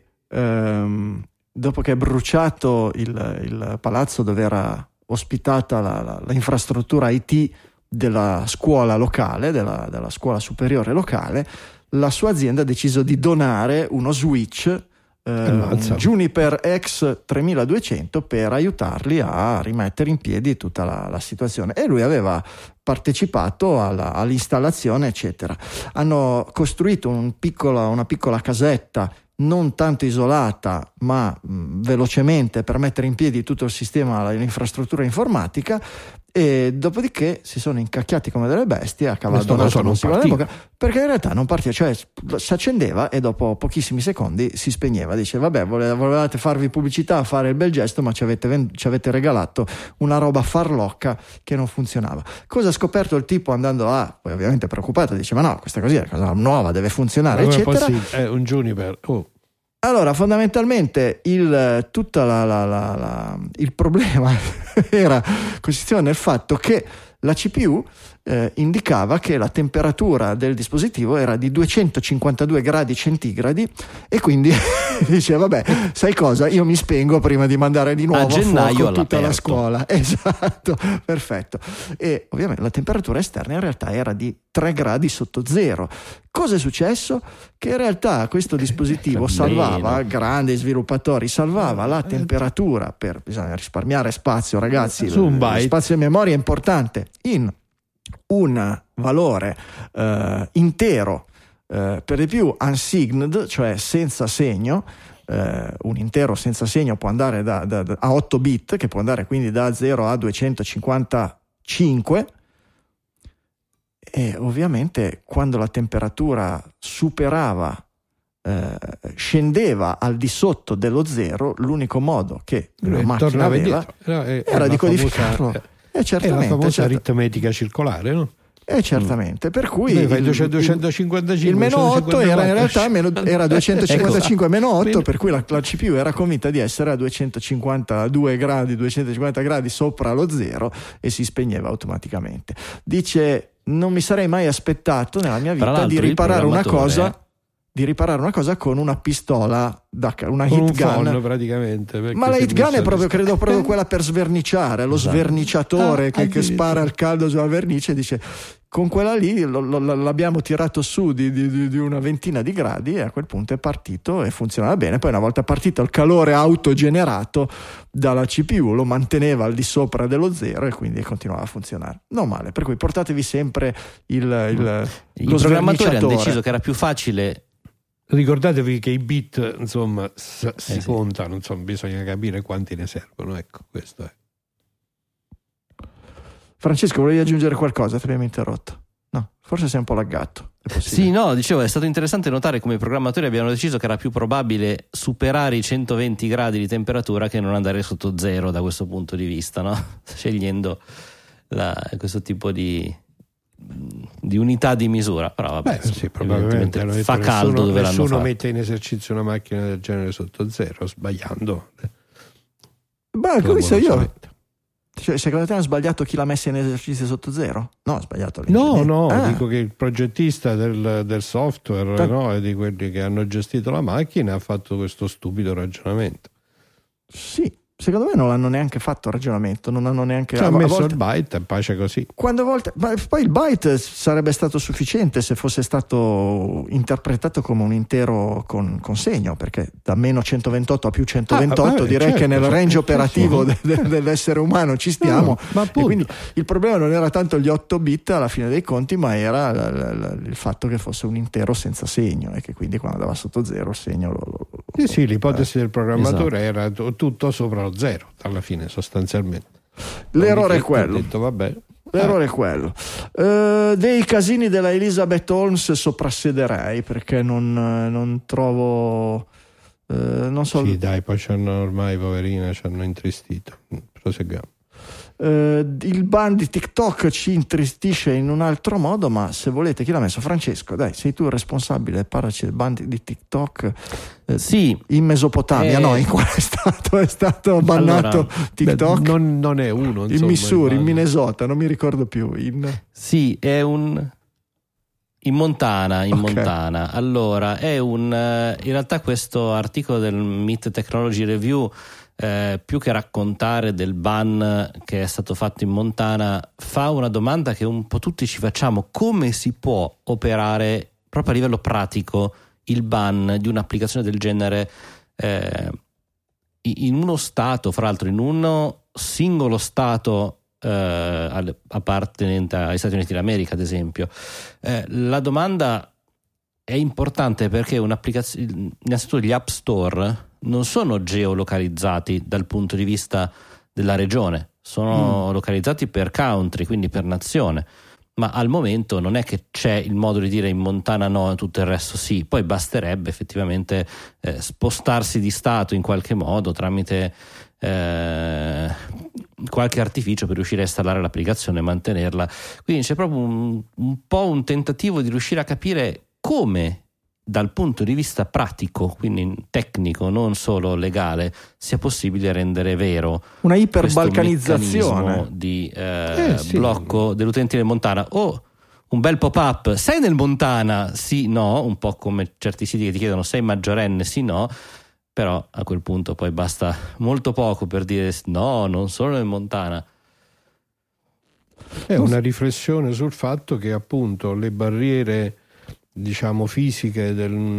dopo che è bruciato il palazzo dove era ospitata la infrastruttura IT della scuola locale, della scuola superiore locale, la sua azienda ha deciso di donare uno switch Juniper X3200 per aiutarli a rimettere in piedi tutta la situazione, e lui aveva partecipato all'installazione eccetera. Hanno costruito una piccola casetta non tanto isolata ma velocemente per mettere in piedi tutto il sistema, l'infrastruttura informatica, e dopodiché si sono incacchiati come delle bestie a cavallo all'epoca, perché in realtà non partiva, cioè si accendeva e dopo pochissimi secondi si spegneva. Dice vabbè, volevate farvi pubblicità, fare il bel gesto, ma ci avete regalato una roba farlocca che non funzionava. Cosa ha scoperto il tipo andando poi ovviamente preoccupato, dice ma no, questa così è una cosa nuova, deve funzionare eccetera. È un Juniper. Allora, fondamentalmente il problema consisteva nel fatto che la CPU indicava che la temperatura del dispositivo era di 252 gradi centigradi, e quindi diceva vabbè, sai cosa, io mi spengo prima di mandare di nuovo a fuoco tutta la scuola. Esatto, perfetto. E ovviamente la temperatura esterna in realtà era di 3 gradi sotto zero. Cosa è successo? Che in realtà questo dispositivo salvava, grandi sviluppatori, salvava la temperatura, bisogna risparmiare spazio, ragazzi, spazio di memoria è importante, in un valore intero, per di più unsigned, cioè senza segno. Un intero senza segno può andare a 8 bit, che può andare quindi da 0 a 255, e ovviamente quando la temperatura scendeva al di sotto dello zero, l'unico modo che la macchina aveva era di codificarlo. È la famosa aritmetica circolare, no? Certamente, per cui il 255 il meno 8 era in realtà era 255 meno 8, per cui la CPU era convinta di essere a 252 gradi, 250 gradi sopra lo zero, e si spegneva automaticamente. Dice non mi sarei mai aspettato nella mia vita di riparare una cosa con una pistola, una hit gun praticamente. Ma la hit gun è proprio quella per sverniciare, lo sverniciatore che spara il caldo sulla vernice. Dice con quella lì l'abbiamo tirato su di una ventina di gradi, e a quel punto è partito e funzionava bene. Poi una volta partito, il calore autogenerato dalla CPU lo manteneva al di sopra dello zero, e quindi continuava a funzionare. Non male, per cui portatevi sempre I lo programmatori hanno deciso che era più facile. Ricordatevi che i bit, insomma, si contano, insomma, bisogna capire quanti ne servono. Ecco, questo è. Francesco, volevi aggiungere qualcosa? Ti abbiamo interrotto. No, forse sei un po' laggato. Sì, no, dicevo, è stato interessante notare come i programmatori abbiano deciso che era più probabile superare i 120 gradi di temperatura che non andare sotto zero da questo punto di vista, no? Scegliendo questo tipo di unità di misura. Però vabbè, sì, probabilmente fa caldo dove l'hanno fatto. Nessuno mette in esercizio una macchina del genere sotto zero sbagliando. Come so io. Cioè, secondo te hanno sbagliato chi l'ha messa in esercizio sotto zero? No, ha sbagliato l'ingegnere. No, dico che il progettista del software, no, e di quelli che hanno gestito la macchina, ha fatto questo stupido ragionamento. Sì, secondo me non hanno neanche fatto ragionamento, non hanno neanche messo il byte e pace così. Ma poi il byte sarebbe stato sufficiente se fosse stato interpretato come un intero con segno, perché da meno 128 a più 128 direi che nel range operativo dell'essere umano ci stiamo. E quindi il problema non era tanto gli 8 bit alla fine dei conti, ma era il fatto che fosse un intero senza segno, e che quindi quando andava sotto zero il segno Sì, l'ipotesi del programmatore era tutto sopra lo zero alla fine, sostanzialmente. L'errore è quello. Ho detto, vabbè. L'errore è quello. Dei casini della Elizabeth Holmes soprassederei, perché non trovo, non so. Sì, dai, poi ormai poverina, ci hanno intristito. Proseguiamo. Il ban di TikTok ci intristisce in un altro modo, ma se volete, chi l'ha messo? Francesco, dai, sei tu il responsabile, parlaci del ban di TikTok. Sì, in Mesopotamia, no, in quale stato è stato bannato allora, TikTok? Non è uno, insomma, in Missouri, in Minnesota, non mi ricordo più. Sì, è in Montana, Okay. Montana. Allora, in realtà questo articolo del MIT Technology Review, più che raccontare del ban che è stato fatto in Montana, fa una domanda che un po' tutti ci facciamo: come si può operare proprio a livello pratico il ban di un'applicazione del genere in uno stato, fra l'altro in uno singolo stato appartenente agli Stati Uniti d'America, ad esempio. La domanda è importante perché un'applicazione, innanzitutto gli App Store non sono geolocalizzati dal punto di vista della regione, sono localizzati per country, quindi per nazione, ma al momento non è che c'è il modo di dire in Montana no e tutto il resto sì. Poi basterebbe effettivamente spostarsi di stato in qualche modo tramite qualche artificio per riuscire a installare l'applicazione e mantenerla. Quindi c'è proprio un po' un tentativo di riuscire a capire come dal punto di vista pratico, quindi tecnico, non solo legale, sia possibile rendere vero una iperbalcanizzazione di sì. blocco dell'utente del Montana. O un bel pop-up: sei nel Montana? Sì, no, un po' come certi siti che ti chiedono sei maggiorenne? Sì, no. Però a quel punto poi basta molto poco per dire no, non sono nel Montana. È una riflessione sul fatto che appunto le barriere, diciamo, fisiche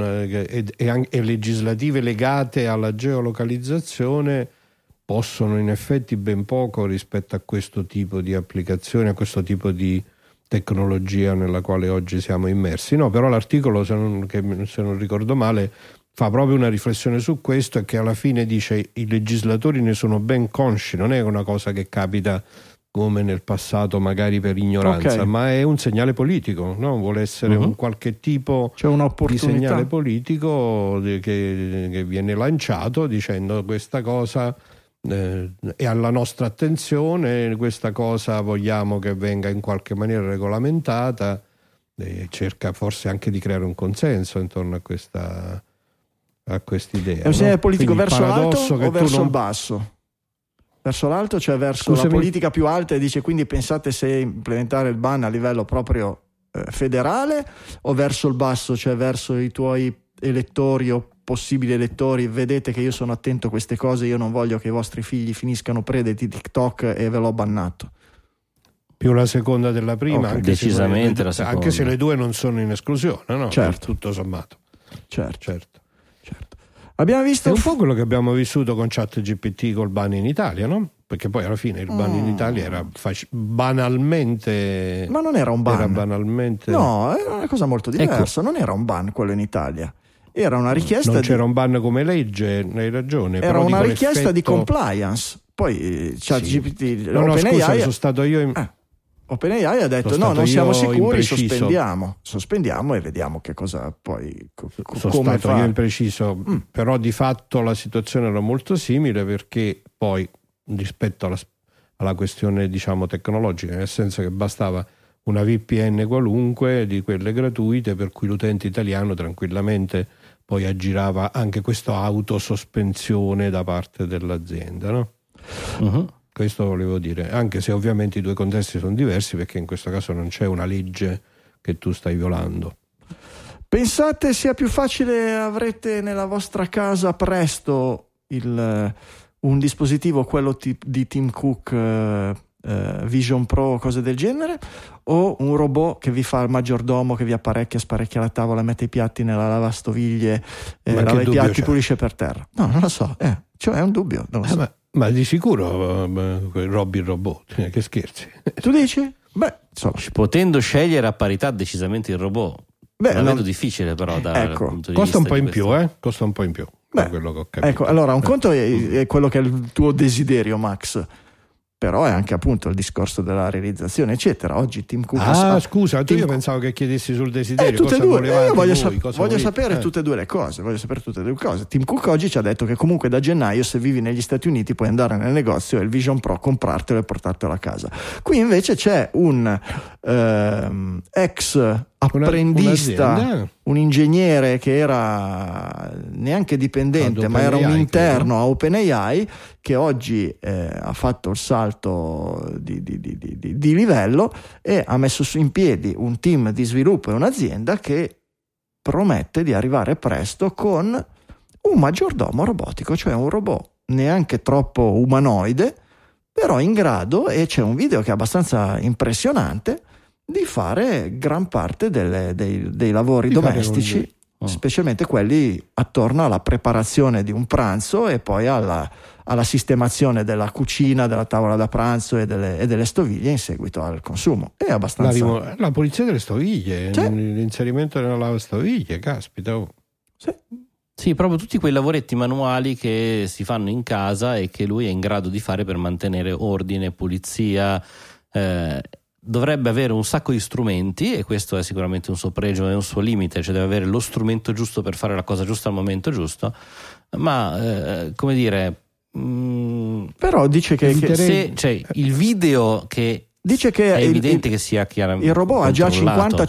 e legislative legate alla geolocalizzazione possono in effetti ben poco rispetto a questo tipo di applicazione, a questo tipo di tecnologia nella quale oggi siamo immersi. No, però l'articolo, se non ricordo male, fa proprio una riflessione su questo, e che alla fine dice i legislatori ne sono ben consci, non è una cosa che capita come nel passato magari per ignoranza, ma è un segnale politico, no? Vuole essere un qualche tipo di segnale politico che viene lanciato dicendo questa cosa è alla nostra attenzione, questa cosa vogliamo che venga in qualche maniera regolamentata, e cerca forse anche di creare un consenso intorno a quest'idea. È un segnale politico. Quindi verso l'alto o verso non... il basso? Verso l'alto, cioè verso la politica più alta, e dice quindi pensate se implementare il ban a livello proprio federale, o verso il basso, cioè verso i tuoi elettori o possibili elettori: vedete che io sono attento a queste cose, io non voglio che i vostri figli finiscano prede di TikTok e ve l'ho bannato. Più la seconda della prima, anche decisamente la seconda. Anche se le due non sono in esclusione, no? Certo. Tutto sommato. Certo. Abbiamo visto è un po' quello che abbiamo vissuto con ChatGPT col ban in Italia, no? Perché poi alla fine il ban in Italia era banalmente. Ma non era un ban. Era banalmente. No, era una cosa molto diversa. Non era un ban quello in Itlia. Era una richiesta. Non c'era un ban come legge, hai ragione. Era però una dico richiesta di l'effetto... compliance. Poi ChatGPT. No, scusa, sono stato io. OpenAI ha detto no, non siamo sicuri, sospendiamo e vediamo che cosa poi sono come stato io impreciso, però di fatto la situazione era molto simile, perché poi rispetto alla questione, diciamo, tecnologica, nel senso che bastava una VPN qualunque di quelle gratuite, per cui l'utente italiano tranquillamente poi aggirava anche questa autosospensione da parte dell'azienda, no? Questo volevo dire, anche se ovviamente i due contesti sono diversi, perché in questo caso non c'è una legge che tu stai violando. Pensate sia più facile, avrete nella vostra casa presto un dispositivo, quello di Tim Cook, Vision Pro, cose del genere, o un robot che vi fa il maggiordomo, che vi sparecchia la tavola, mette i piatti nella lavastoviglie, lava i piatti, pulisce per terra? No, non lo so, cioè è un dubbio, non lo so. Ma di sicuro Robby il robot, che scherzi. Tu dici? Beh, insomma. Potendo scegliere a parità decisamente il robot. La vedo difficile, però dal punto di costa vista un po' in più, costa un po' in più. Beh, quello che ho capito. Ecco, allora un conto è quello che è il tuo desiderio, Max. però è anche appunto il discorso della realizzazione eccetera. Oggi Tim Cook scusa, io pensavo che chiedessi sul desiderio tutte cosa e due. volevate Voglio sapere tutte e due le cose. Tim Cook oggi ci ha detto che comunque da gennaio, se vivi negli Stati Uniti, puoi andare nel negozio e il Vision Pro comprartelo e portartelo a casa. Qui invece c'è un ex apprendista, un ingegnere che era neanche dipendente ma era un interno a OpenAI, che oggi ha fatto il salto di livello e ha messo in piedi un team di sviluppo e un'azienda che promette di arrivare presto con un maggiordomo robotico, cioè un robot neanche troppo umanoide, però in grado, e c'è un video che è abbastanza impressionante, di fare gran parte dei lavori domestici, specialmente quelli attorno alla preparazione di un pranzo e poi alla sistemazione della cucina, della tavola da pranzo e delle stoviglie in seguito al consumo. È abbastanza la pulizia delle stoviglie, l'inserimento nella lavastoviglie, caspita. Sì, proprio tutti quei lavoretti manuali che si fanno in casa e che lui è in grado di fare per mantenere ordine, pulizia. Dovrebbe avere un sacco di strumenti, e questo è sicuramente un suo pregio e un suo limite, cioè deve avere lo strumento giusto per fare la cosa giusta al momento giusto, ma come dire, però dice che cioè, il video che dice che è evidente che sia chiaramente il robot ha già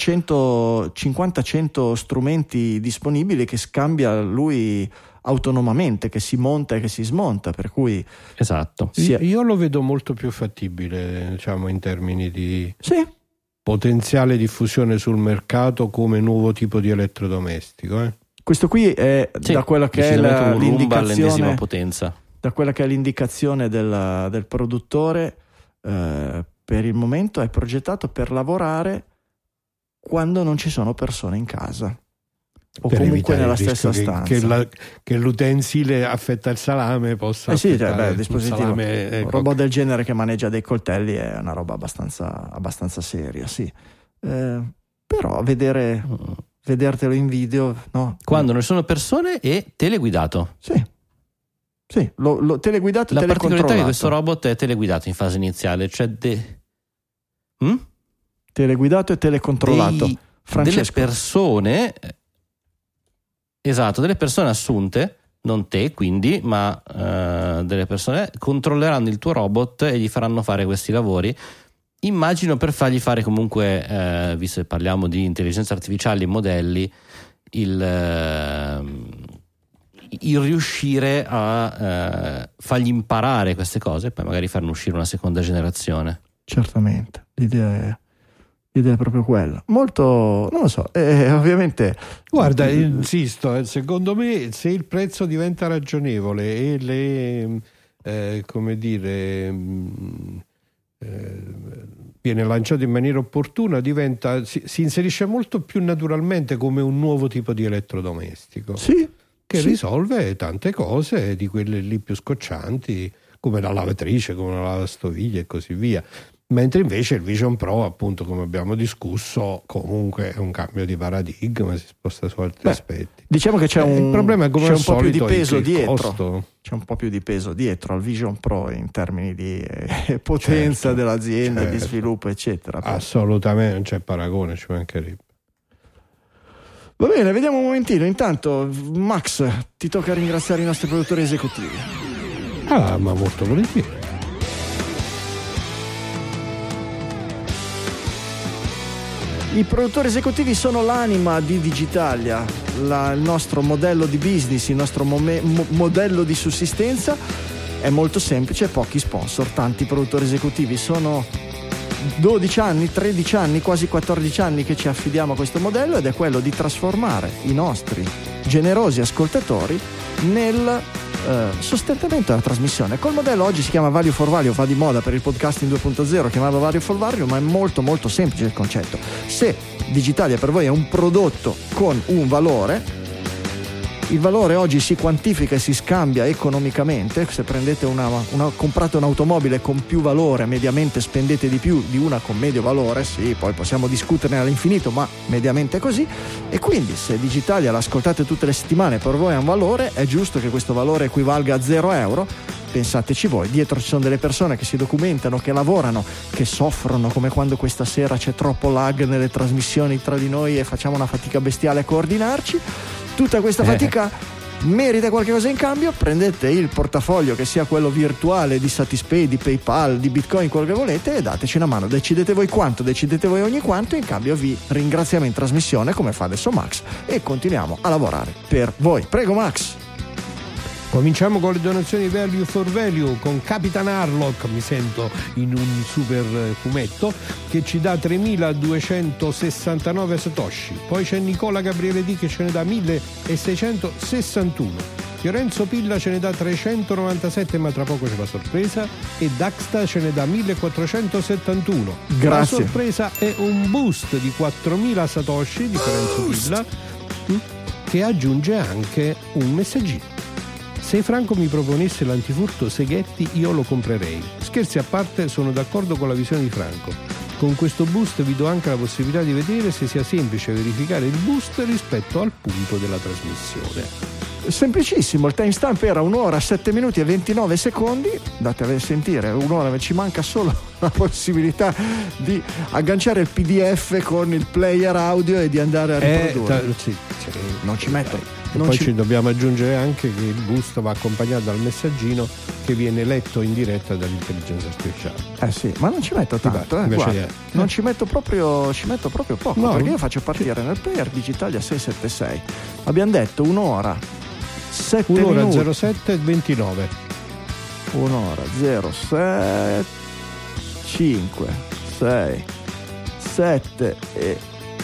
50-100 strumenti disponibili che scambia lui autonomamente, che si monta e che si smonta, per cui esatto. Io lo vedo molto più fattibile, diciamo, in termini di potenziale diffusione sul mercato come nuovo tipo di elettrodomestico. Questo qui è da quella che è l'indicazione potenza, da quella che è l'indicazione del produttore. Per il momento è progettato per lavorare quando non ci sono persone in casa o per comunque nella stessa stanza, che l'utensile affetta il salame possa dispositivo un robot del genere che maneggia dei coltelli è una roba abbastanza seria, però vedertelo in video, no? Quando non ci sono persone è teleguidato. Teleguidato e telecontrollato. La particolarità è che questo robot è teleguidato in fase iniziale, cioè teleguidato e telecontrollato. Delle persone, esatto, delle persone assunte, non te quindi, ma delle persone controlleranno il tuo robot e gli faranno fare questi lavori. Immagino per fargli fare comunque, visto che parliamo di intelligenza artificiale in modelli, il riuscire a fargli imparare queste cose e poi magari farne uscire una seconda generazione. Certamente, l'idea è proprio quella. Molto, non lo so, ovviamente. Guarda, insisto, secondo me se il prezzo diventa ragionevole e viene lanciato in maniera opportuna, si inserisce molto più naturalmente come un nuovo tipo di elettrodomestico. Che risolve tante cose, di quelle lì più scoccianti, come la lavatrice, come la lavastoviglie e così via. Mentre invece il Vision Pro, appunto, come abbiamo discusso, comunque è un cambio di paradigma, si sposta su altri aspetti. Diciamo che c'è il problema è come c'è al un po' più di solito peso dietro. Costo. C'è un po' più di peso dietro al Vision Pro in termini di potenza dell'azienda, di sviluppo, eccetera. Assolutamente, non c'è paragone, ci mancherebbe. Va bene, vediamo un momentino. Intanto, Max, ti tocca ringraziare i nostri produttori esecutivi. Ma molto volentieri. I produttori esecutivi sono l'anima di Digitalia, il nostro modello di business, il nostro modello di sussistenza. È molto semplice, pochi sponsor, tanti produttori esecutivi. Sono 12 anni, 13 anni, quasi 14 anni che ci affidiamo a questo modello, ed è quello di trasformare i nostri generosi ascoltatori nel sostentamento della trasmissione. Col modello oggi si chiama Value for Value, va di moda per il podcasting 2.0 chiamarlo Value for Value, ma è molto molto semplice il concetto. Se Digitalia per voi è un prodotto con un valore, il valore oggi si quantifica e si scambia economicamente. Se prendete comprate un'automobile con più valore, mediamente spendete di più di una con medio valore, sì, poi possiamo discuterne all'infinito, ma mediamente è così. E quindi se Digitalia l'ascoltate tutte le settimane, per voi ha un valore, è giusto che questo valore equivalga a 0 euro. pensateci voi, dietro ci sono delle persone che si documentano, che lavorano, che soffrono, come quando questa sera c'è troppo lag nelle trasmissioni tra di noi e facciamo una fatica bestiale a coordinarci. Tutta questa fatica merita qualche cosa in cambio. Prendete il portafoglio, che sia quello virtuale di Satispay, di PayPal, di Bitcoin, quello che volete, e dateci una mano. Decidete voi quanto, decidete voi ogni quanto, in cambio vi ringraziamo in trasmissione, come fa adesso Max, e continuiamo a lavorare per voi. Prego Max. Cominciamo con le donazioni value for value, con Capitan Harlock, mi sento in un super fumetto, che ci dà 3.269 satoshi. Poi c'è Nicola Gabriele D che ce ne dà 1.661. Fiorenzo Pilla ce ne dà 397, ma tra poco c'è la sorpresa, e Daxta ce ne dà 1.471. Grazie. La sorpresa è un boost di 4.000 satoshi di Fiorenzo Pilla, che aggiunge anche un messaggino. Se Franco mi proponesse l'antifurto Seghetti, io lo comprerei. Scherzi a parte, sono d'accordo con la visione di Franco. Con questo boost vi do anche la possibilità di vedere se sia semplice verificare il boost rispetto al punto della trasmissione. Semplicissimo, il timestamp era 1 ora 7 minuti e 29 secondi. Date a sentire, 1 ora, ci manca solo la possibilità di agganciare il PDF con il player audio e di andare a riprodurre. Non ci metto. Ci dobbiamo aggiungere anche che il boost va accompagnato dal messaggino che viene letto in diretta dall'intelligenza artificiale. Sì, ma non ci metto tanto, non ci metto proprio, poco, no, perché io faccio partire nel player Digitalia 676. Abbiamo detto 1 ora 7 1 minuti. ora 07 e 29. 1 ora 07 5 6 7 e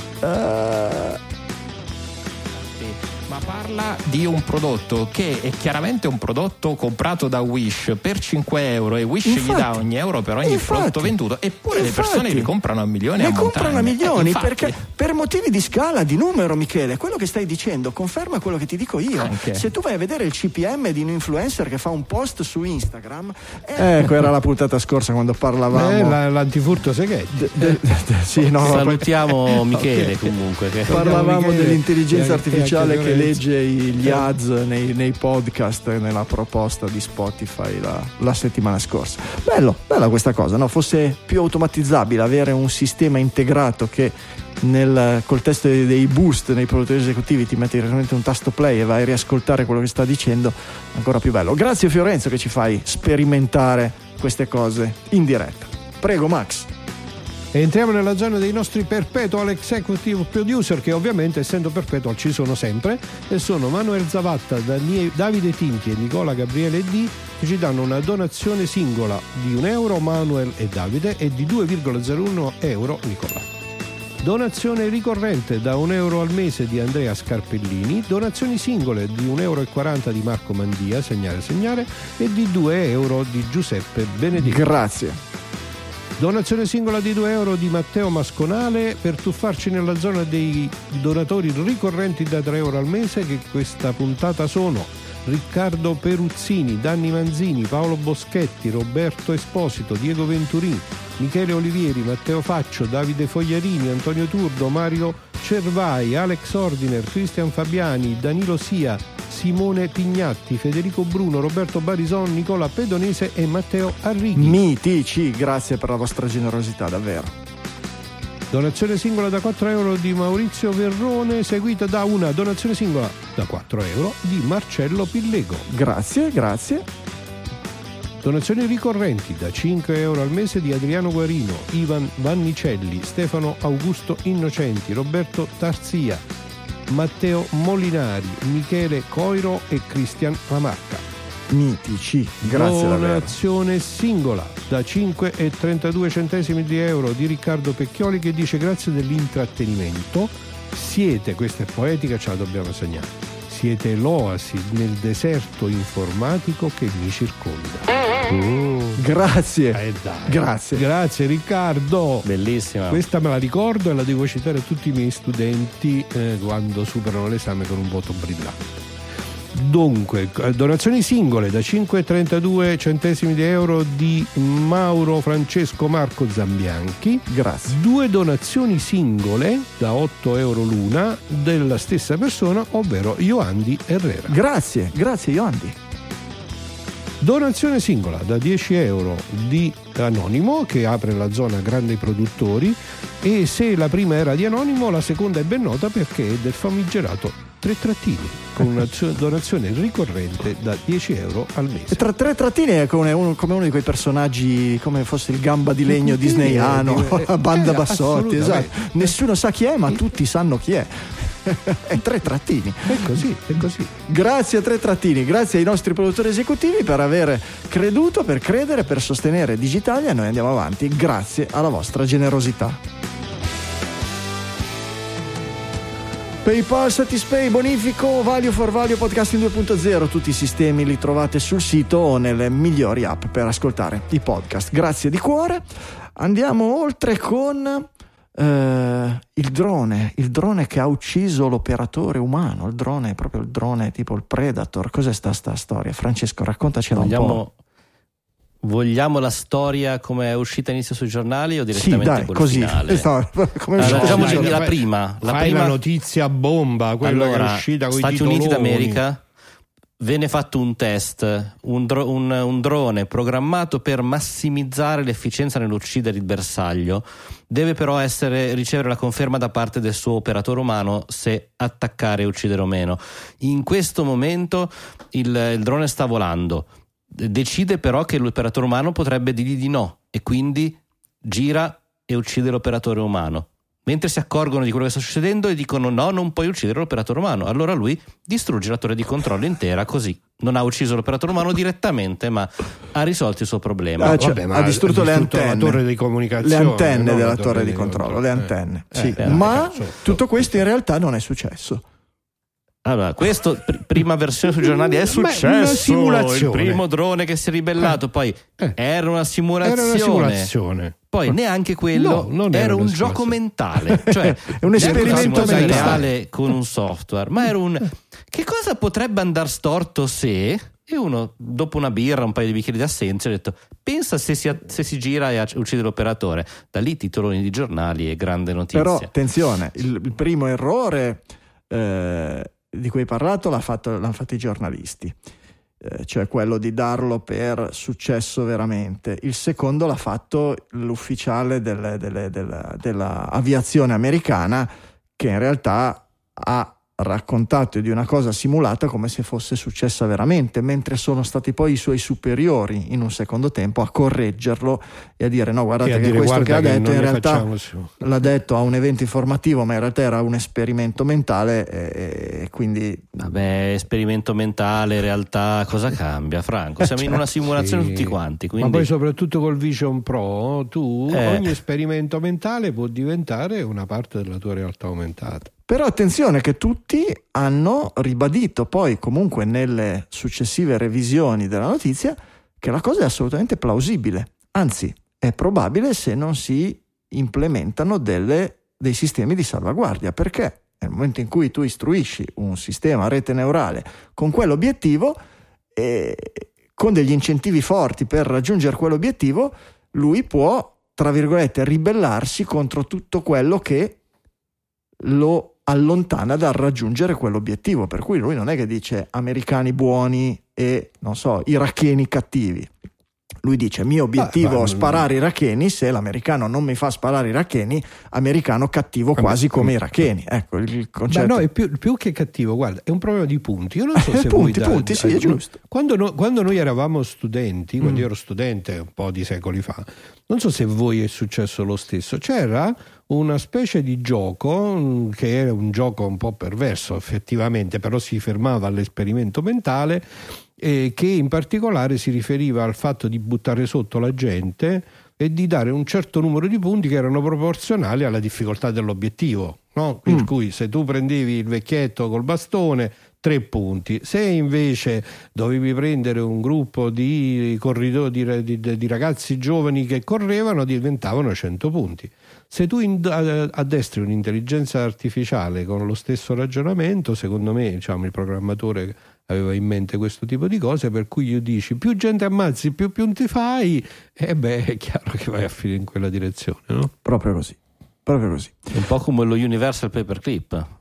ma parla di un prodotto che è chiaramente un prodotto comprato da Wish per 5 euro, e Wish gli dà ogni euro per ogni prodotto venduto, eppure le persone li comprano a milioni. Ne comprano a milioni perché per motivi di scala, di numero, Michele. Quello che stai dicendo conferma quello che ti dico io. Anche. Se tu vai a vedere il CPM di un influencer che fa un post su Instagram, ecco, era la puntata scorsa quando parlavamo l'antifurto Seghetti. Sì, no, salutiamo Michele, comunque, che parlavamo dell'intelligenza artificiale che legge gli ads nei podcast, nella proposta di Spotify la settimana scorsa. Bella questa cosa, no? Fosse più automatizzabile, avere un sistema integrato che col testo dei boost nei produttori esecutivi ti metti direttamente un tasto play e vai a riascoltare quello che sta dicendo, ancora più bello. Grazie Fiorenzo che ci fai sperimentare queste cose in diretta. Prego Max. Entriamo nella zona dei nostri perpetual executive producer, che ovviamente, essendo perpetual, ci sono sempre, e sono Manuel Zavatta, Davide Tinti e Nicola Gabriele D, che ci danno una donazione singola di €1 Manuel e Davide, e di 2,01 euro Nicola. Donazione ricorrente da €1 al mese di Andrea Scarpellini, donazioni singole di €1,40 di Marco Mandia, segnare, e di €2 di Giuseppe Benedetto. Grazie. Donazione singola di €2 di Matteo Masconale, per tuffarci nella zona dei donatori ricorrenti da €3 al mese, che questa puntata sono Riccardo Peruzzini, Danni Manzini, Paolo Boschetti, Roberto Esposito, Diego Venturini, Michele Olivieri, Matteo Faccio, Davide Fogliarini, Antonio Turdo, Mario Cervai, Alex Ordiner, Cristian Fabiani, Danilo Sia, Simone Pignatti, Federico Bruno, Roberto Barison, Nicola Pedonese e Matteo Arrighi. Mitici, grazie per la vostra generosità, davvero. Donazione singola da €4 di Maurizio Verrone, seguita da una donazione singola da €4 di Marcello Pillego. Grazie. Donazioni ricorrenti da €5 al mese di Adriano Guarino, Ivan Vannicelli, Stefano Augusto Innocenti, Roberto Tarzia, Matteo Molinari, Michele Coiro e Cristian Lamarca. Mitici, grazie davvero. Donazione singola da €5,32 di euro di Riccardo Pecchioli, che dice: grazie dell'intrattenimento, siete, questa è poetica, ce la dobbiamo segnare, siete l'oasi nel deserto informatico che mi circonda. Grazie. Dai. Grazie Riccardo. Bellissima. Questa me la ricordo e la devo citare a tutti i miei studenti quando superano l'esame con un voto brillante. Dunque, donazioni singole da €5,32 di euro di Mauro Francesco Marco Zambianchi. Grazie. 2 donazioni singole da €8 l'una della stessa persona, ovvero Ioandi Herrera. Grazie Ioandi. Donazione singola da 10 euro di Anonimo, che apre la zona grandi produttori, e se la prima era di Anonimo, la seconda è ben nota perché è del famigerato Tre Trattini, con una donazione ricorrente da 10 euro al mese. Tre Trattini è come uno di quei personaggi, come fosse il Gamba di legno disneyano, Banda Bassotti, esatto. Nessuno sa chi è, ma tutti sanno chi è. È Tre Trattini. È così. Grazie a Tre Trattini, grazie ai nostri produttori esecutivi per aver creduto, per credere, per sostenere Digitalia, e noi andiamo avanti grazie alla vostra generosità. PayPal, Satispay, Bonifico, Value for Value, Podcasting 2.0, tutti i sistemi li trovate sul sito o nelle migliori app per ascoltare i podcast. Grazie di cuore. Andiamo oltre con il drone che ha ucciso l'operatore umano. Il drone è proprio il drone tipo il Predator. Cos'è sta storia? Francesco, raccontacela un po'. Vogliamo la storia come è uscita inizio sui giornali o direttamente sì, dai, col così. finale? Facciamo la prima. La notizia bomba, quella che è uscita con i Stati titoloni. Uniti d'America, venne fatto un test, un drone programmato per massimizzare l'efficienza nell'uccidere il bersaglio. Deve però ricevere la conferma da parte del suo operatore umano se attaccare e uccidere o meno. In questo momento il drone sta volando. Decide però che l'operatore umano potrebbe dirgli di no e quindi gira e uccide l'operatore umano. Mentre si accorgono di quello che sta succedendo e dicono no, non puoi uccidere l'operatore umano, allora lui distrugge la torre di controllo intera, così non ha ucciso l'operatore umano direttamente, ma ha risolto il suo problema. Ha distrutto le antenne, la torre di comunicazione, le antenne della torre di controllo, le antenne. Ma tutto questo in realtà non è successo. Allora, questo prima versione sui giornali è successo, il primo drone che si è ribellato, poi era una simulazione. Poi neanche quello, era un gioco mentale, cioè un esperimento mentale con un software, ma era che cosa potrebbe andare storto se... E uno, dopo una birra, un paio di bicchieri di assenza, ha detto pensa se si gira e uccide l'operatore. Da lì titoloni di giornali e grande notizia. Però attenzione, il primo errore di cui hai parlato l'hanno fatto i giornalisti, cioè quello di darlo per successo veramente. Il secondo l'ha fatto l'ufficiale della aviazione americana, che in realtà ha raccontato di una cosa simulata come se fosse successa veramente, mentre sono stati poi i suoi superiori in un secondo tempo a correggerlo e a dire no, guardate che questo che ha detto in realtà l'ha detto a un evento informativo, ma in realtà era un esperimento mentale, e quindi vabbè, esperimento mentale, realtà, cosa cambia, Franco? Siamo in una simulazione tutti quanti, quindi... Ma poi soprattutto col Vision Pro ogni esperimento mentale può diventare una parte della tua realtà aumentata. Però attenzione che tutti hanno ribadito poi comunque nelle successive revisioni della notizia che la cosa è assolutamente plausibile, anzi è probabile se non si implementano dei sistemi di salvaguardia, perché nel momento in cui tu istruisci un sistema a rete neurale con quell'obiettivo e con degli incentivi forti per raggiungere quell'obiettivo, lui può, tra virgolette, ribellarsi contro tutto quello che lo allontana dal raggiungere quell'obiettivo. Per cui lui non è che dice americani buoni e non so iracheni cattivi, lui dice mio obiettivo è sparare iracheni, se l'americano non mi fa sparare iracheni, americano cattivo quasi come iracheni. Ecco il concetto. No, è più che cattivo, guarda, è un problema di punti. Io non so se punti, sì, è giusto. Quando noi eravamo studenti, quando io ero studente un po' di secoli fa, non so se voi è successo lo stesso, c'era una specie di gioco che era un gioco un po' perverso effettivamente, però si fermava all'esperimento mentale, che in particolare si riferiva al fatto di buttare sotto la gente e di dare un certo numero di punti che erano proporzionali alla difficoltà dell'obiettivo, no? Per cui se tu prendevi il vecchietto col bastone 3 punti, se invece dovevi prendere un gruppo di corridori di ragazzi giovani che correvano, diventavano 100 punti. Se tu addestri un'intelligenza artificiale con lo stesso ragionamento, secondo me, diciamo, il programmatore aveva in mente questo tipo di cose, per cui gli dici più gente ammazzi, più punti fai, e è chiaro che vai a finire in quella direzione, no? Proprio così. Un po' come lo Universal Paperclip.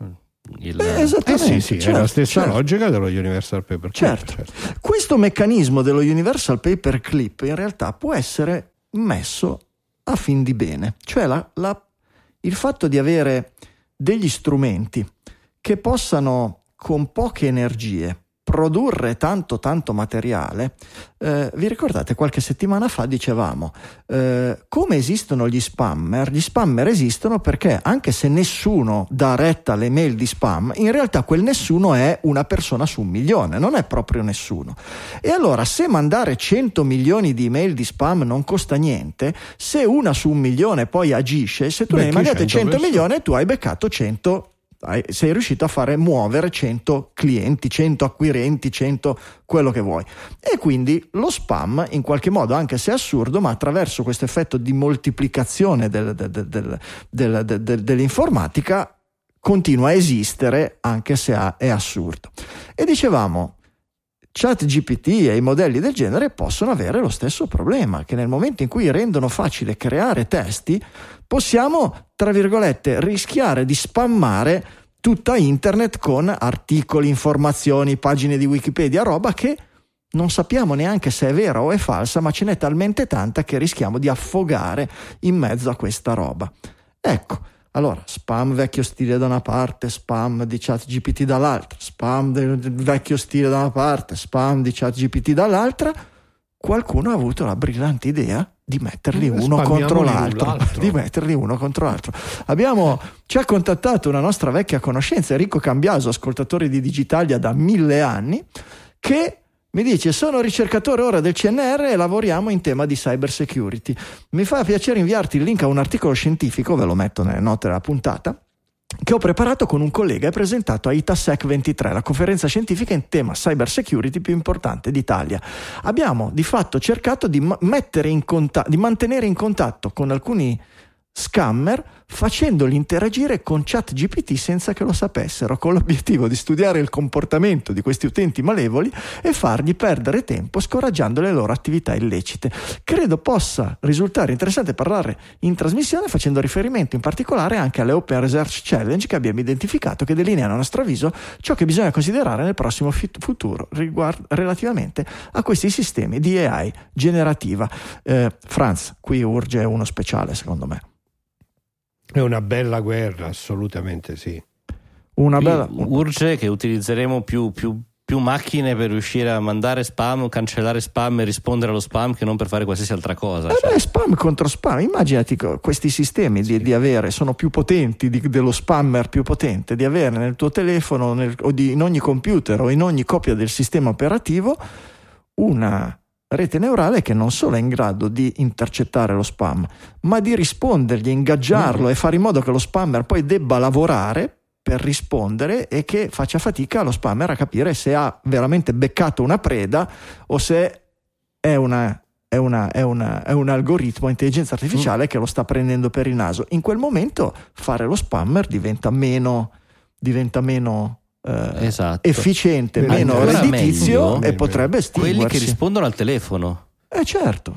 Esattamente, sì, è la stessa logica dello Universal Paperclip. Certo. Questo meccanismo dello Universal Paperclip in realtà può essere messo a fin di bene, cioè il fatto di avere degli strumenti che possano con poche energie produrre tanto materiale. Vi ricordate, qualche settimana fa dicevamo come esistono gli spammer esistono perché anche se nessuno dà retta alle mail di spam, in realtà quel nessuno è una persona su 1 milione, non è proprio nessuno. E allora, se mandare 100 milioni di email di spam non costa niente, se una su 1 milione poi agisce, se tu ne hai mandate 100 milioni, tu hai beccato 100, sei riuscito a fare muovere 100 clienti, 100 acquirenti, 100 quello che vuoi. E quindi lo spam, in qualche modo, anche se è assurdo, ma attraverso questo effetto di moltiplicazione dell'informatica, continua a esistere anche se è assurdo. E dicevamo, ChatGPT e i modelli del genere possono avere lo stesso problema, che nel momento in cui rendono facile creare testi, possiamo, tra virgolette, rischiare di spammare tutta internet con articoli, informazioni, pagine di Wikipedia, roba che non sappiamo neanche se è vera o è falsa, ma ce n'è talmente tanta che rischiamo di affogare in mezzo a questa roba. Ecco, allora, spam vecchio stile da una parte, spam di ChatGPT dall'altra, spam del vecchio stile da una parte, spam di ChatGPT dall'altra. Qualcuno ha avuto la brillante idea di metterli uno contro l'altro. Ci ha contattato una nostra vecchia conoscenza, Enrico Cambiaso, ascoltatore di Digitalia da 1000 anni, che mi dice: sono ricercatore ora del CNR e lavoriamo in tema di cyber security. Mi fa piacere inviarti il link a un articolo scientifico, ve lo metto nelle note della puntata, che ho preparato con un collega e presentato a Itasec 23, la conferenza scientifica in tema cyber security più importante d'Italia. Abbiamo di fatto cercato di mantenere in contatto con alcuni scammer, facendoli interagire con ChatGPT senza che lo sapessero, con l'obiettivo di studiare il comportamento di questi utenti malevoli e fargli perdere tempo scoraggiando le loro attività illecite. Credo possa risultare interessante parlare in trasmissione facendo riferimento in particolare anche alle Open Research Challenge che abbiamo identificato, che delineano a nostro avviso ciò che bisogna considerare nel prossimo futuro relativamente a questi sistemi di AI generativa. Franz, qui urge uno speciale, secondo me. È una bella guerra, assolutamente sì. Urge che utilizzeremo più macchine per riuscire a mandare spam, cancellare spam e rispondere allo spam che non per fare qualsiasi altra cosa. Spam contro spam. Immaginati questi sistemi di avere, sono più potenti dello spammer più potente, di avere nel tuo telefono in ogni computer o in ogni copia del sistema operativo una rete neurale che non solo è in grado di intercettare lo spam, ma di rispondergli, ingaggiarlo e fare in modo che lo spammer poi debba lavorare per rispondere e che faccia fatica lo spammer a capire se ha veramente beccato una preda o se è un algoritmo, intelligenza artificiale che lo sta prendendo per il naso. In quel momento fare lo spammer diventa meno esatto, efficiente, meno redditizio e potrebbe estinguersi. Quelli che rispondono al telefono. Certo.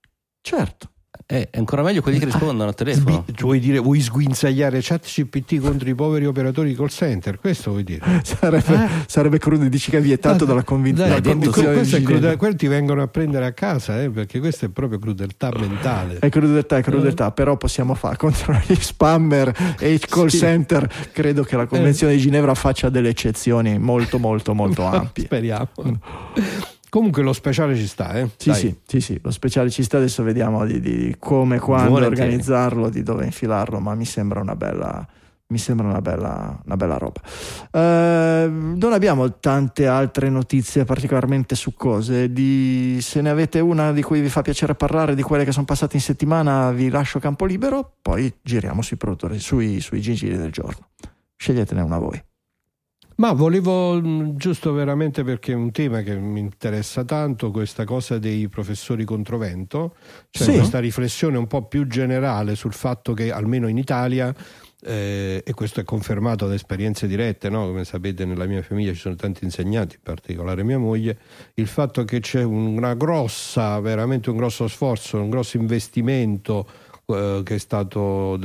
È ancora meglio quelli che rispondono al telefono. Vuoi sguinzagliare ChatGPT contro i poveri operatori di call center? Questo vuoi dire? Sarebbe crudo, dici che è vietato dalla convinzione. Questo è crudeltà, quelli ti vengono a prendere a casa, perché questo è proprio crudeltà mentale. È crudeltà, però possiamo fare contro gli spammer e i call center. Credo che la Convenzione di Ginevra faccia delle eccezioni molto ampie. Speriamo. Comunque lo speciale ci sta, Sì, lo speciale ci sta. Adesso vediamo di come, quando organizzarlo, di dove infilarlo, ma mi sembra una bella roba. Non abbiamo tante altre notizie particolarmente succose. Se ne avete una di cui vi fa piacere parlare, di quelle che sono passate in settimana, vi lascio campo libero, poi giriamo sui gingilli del giorno. Sceglietene una voi. Ma volevo, giusto veramente perché è un tema che mi interessa tanto, questa cosa dei professori controvento, cioè questa riflessione un po' più generale sul fatto che almeno in Italia, e questo è confermato da esperienze dirette, no? Come sapete nella mia famiglia ci sono tanti insegnanti, in particolare mia moglie, il fatto che c'è veramente un grosso sforzo, un grosso investimento che è stato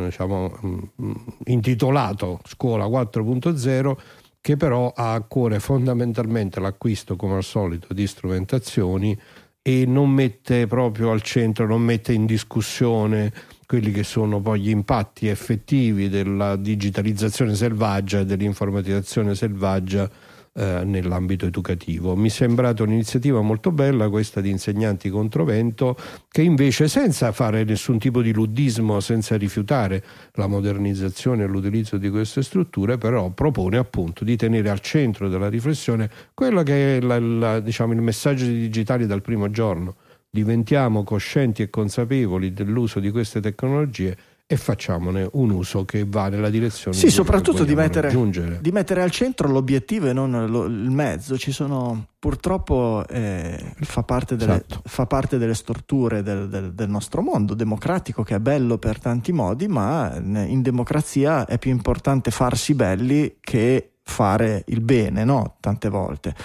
intitolato Scuola 4.0, che però ha a cuore fondamentalmente l'acquisto, come al solito, di strumentazioni e non mette proprio al centro, non mette in discussione quelli che sono poi gli impatti effettivi della digitalizzazione selvaggia e dell'informatizzazione selvaggia nell'ambito educativo. Mi è sembrata un'iniziativa molto bella questa di Insegnanti Controvento, che invece, senza fare nessun tipo di luddismo, senza rifiutare la modernizzazione e l'utilizzo di queste strutture, però propone appunto di tenere al centro della riflessione quello che è il messaggio di Digitali dal primo giorno: diventiamo coscienti e consapevoli dell'uso di queste tecnologie e facciamone un uso che va nella direzione soprattutto di mettere al centro l'obiettivo e non il mezzo. Ci sono purtroppo fa parte delle storture del nostro mondo democratico, che è bello per tanti modi, ma in democrazia è più importante farsi belli che fare il bene, no? Tante volte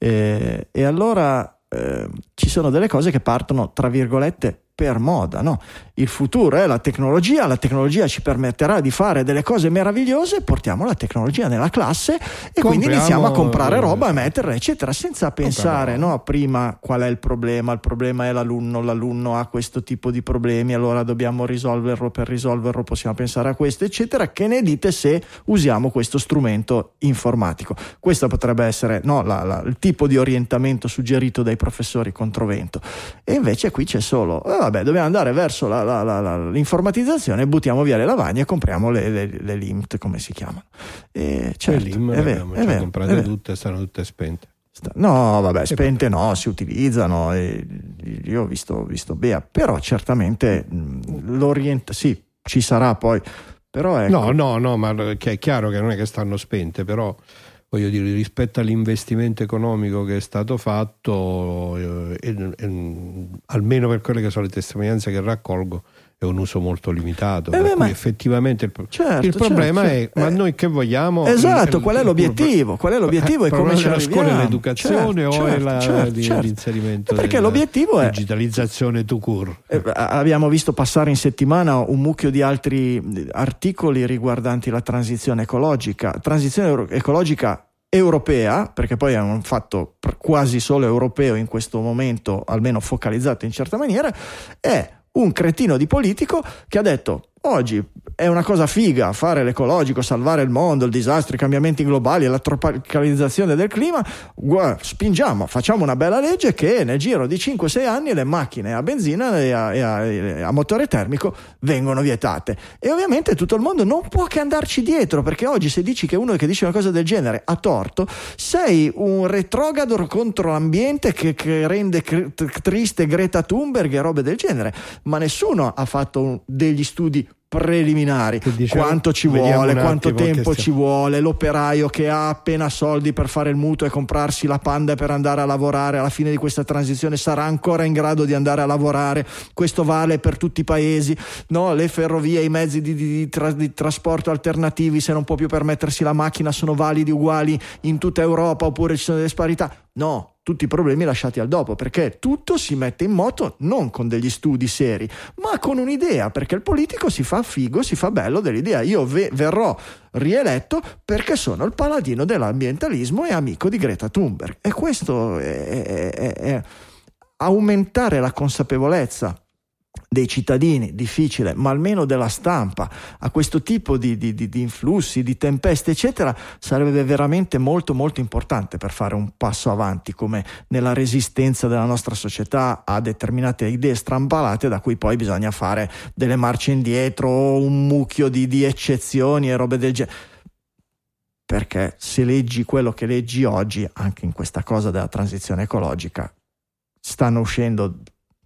e allora ci sono delle cose che partono, tra virgolette, per moda, no? Il futuro è la tecnologia ci permetterà di fare delle cose meravigliose, portiamo la tecnologia nella classe e quindi iniziamo a comprare roba, a metterla, eccetera, senza pensare, no, prima qual è il problema è l'alunno ha questo tipo di problemi, allora dobbiamo risolverlo, per risolverlo possiamo pensare a questo, eccetera. Che ne dite se usiamo questo strumento informatico? Questo potrebbe essere, no, il tipo di orientamento suggerito dai professori Controvento, e invece qui c'è solo dobbiamo andare verso l'informatizzazione, buttiamo via le lavagne e compriamo le LIMT, come si chiamano. Certo, le LIM le abbiamo già comprate tutte, stanno tutte spente. Spente no, si utilizzano. Io ho visto Bea, però certamente sì, ci sarà poi. Però ecco. No, ma che è chiaro che non è che stanno spente, però voglio dire, rispetto all'investimento economico che è stato fatto, almeno per quelle che sono le testimonianze che raccolgo, è un uso molto limitato. Effettivamente il problema è: ma noi che vogliamo? Esatto, qual è l'obiettivo? E come ci arriviamo? Scuola è l'educazione o è l'inserimento? Perché l'obiettivo è digitalizzazione tout court. Abbiamo visto passare in settimana un mucchio di altri articoli riguardanti la transizione ecologica europea, perché poi è un fatto quasi solo europeo in questo momento, almeno focalizzato in certa maniera. È un cretino di politico che ha detto: oggi è una cosa figa fare l'ecologico, salvare il mondo, il disastro, i cambiamenti globali, la tropicalizzazione del clima, spingiamo, facciamo una bella legge che nel giro di 5-6 anni le macchine a benzina e a motore termico vengono vietate. E ovviamente tutto il mondo non può che andarci dietro, perché oggi se dici che uno che dice una cosa del genere ha torto, sei un retrogrado contro l'ambiente che rende triste Greta Thunberg e robe del genere. Ma nessuno ha fatto degli studi preliminari, quanto ci vuole, quanto tempo ci vuole, l'operaio che ha appena soldi per fare il mutuo e comprarsi la Panda per andare a lavorare alla fine di questa transizione sarà ancora in grado di andare a lavorare. Questo vale per tutti i paesi, no? Le ferrovie, i mezzi di trasporto alternativi, se non può più permettersi la macchina, sono validi uguali in tutta Europa, oppure ci sono delle disparità? No, tutti i problemi lasciati al dopo, perché tutto si mette in moto non con degli studi seri, ma con un'idea, perché il politico si fa figo, si fa bello dell'idea: io verrò rieletto perché sono il paladino dell'ambientalismo e amico di Greta Thunberg. E questo è aumentare la consapevolezza dei cittadini, difficile, ma almeno della stampa, a questo tipo di influssi, di tempeste, eccetera, sarebbe veramente molto molto importante per fare un passo avanti, come nella resistenza della nostra società a determinate idee strampalate, da cui poi bisogna fare delle marce indietro, un mucchio di eccezioni e robe del genere. Perché se leggi quello che leggi oggi, anche in questa cosa della transizione ecologica, stanno uscendo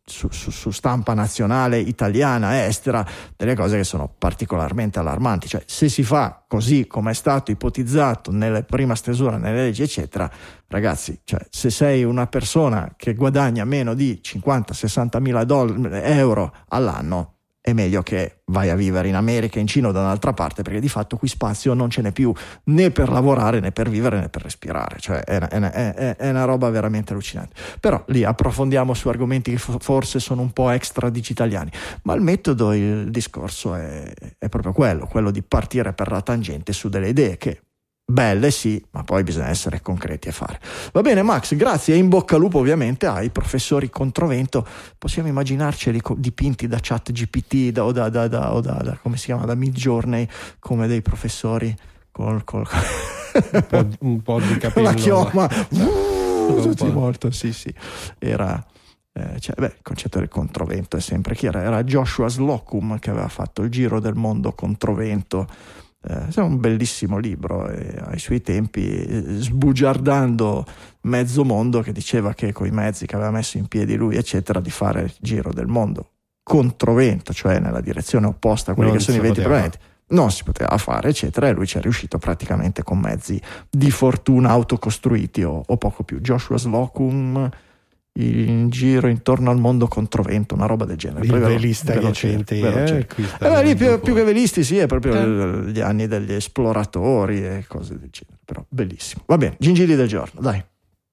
su stampa nazionale, italiana, estera, delle cose che sono particolarmente allarmanti. Cioè, se si fa così come è stato ipotizzato nella prima stesura, nelle leggi, eccetera, ragazzi, cioè, se sei una persona che guadagna meno di 50-60 mila euro all'anno, è meglio che vai a vivere in America, in Cina o da un'altra parte, perché di fatto qui spazio non ce n'è più né per lavorare né per vivere né per respirare, cioè è una roba veramente allucinante. Però lì approfondiamo su argomenti che forse sono un po' extra digitaliani, ma il metodo, il discorso è proprio quello di partire per la tangente su delle idee che belle sì, ma poi bisogna essere concreti e fare. Va bene Max, grazie, e in bocca al lupo ovviamente ai professori controvento. Possiamo immaginarceli dipinti da ChatGPT o da come si chiama, da Midjourney, come dei professori col un po' di capello, la chioma tutti molto, sì, era il concetto del controvento è sempre chi era Joshua Slocum, che aveva fatto il giro del mondo controvento. È un bellissimo libro, ai suoi tempi, sbugiardando mezzo mondo, che diceva che coi mezzi che aveva messo in piedi lui eccetera, di fare il giro del mondo controvento, cioè nella direzione opposta a quelli che sono i venti pianeti, non si poteva fare eccetera, e lui ci è riuscito praticamente con mezzi di fortuna autocostruiti o poco più. Joshua Slocum, in giro intorno al mondo controvento, una roba del genere. Il velista recente, lì più che velisti, sì, è proprio gli anni degli esploratori e cose del genere, però bellissimo. Va bene, gingilli del giorno, dai.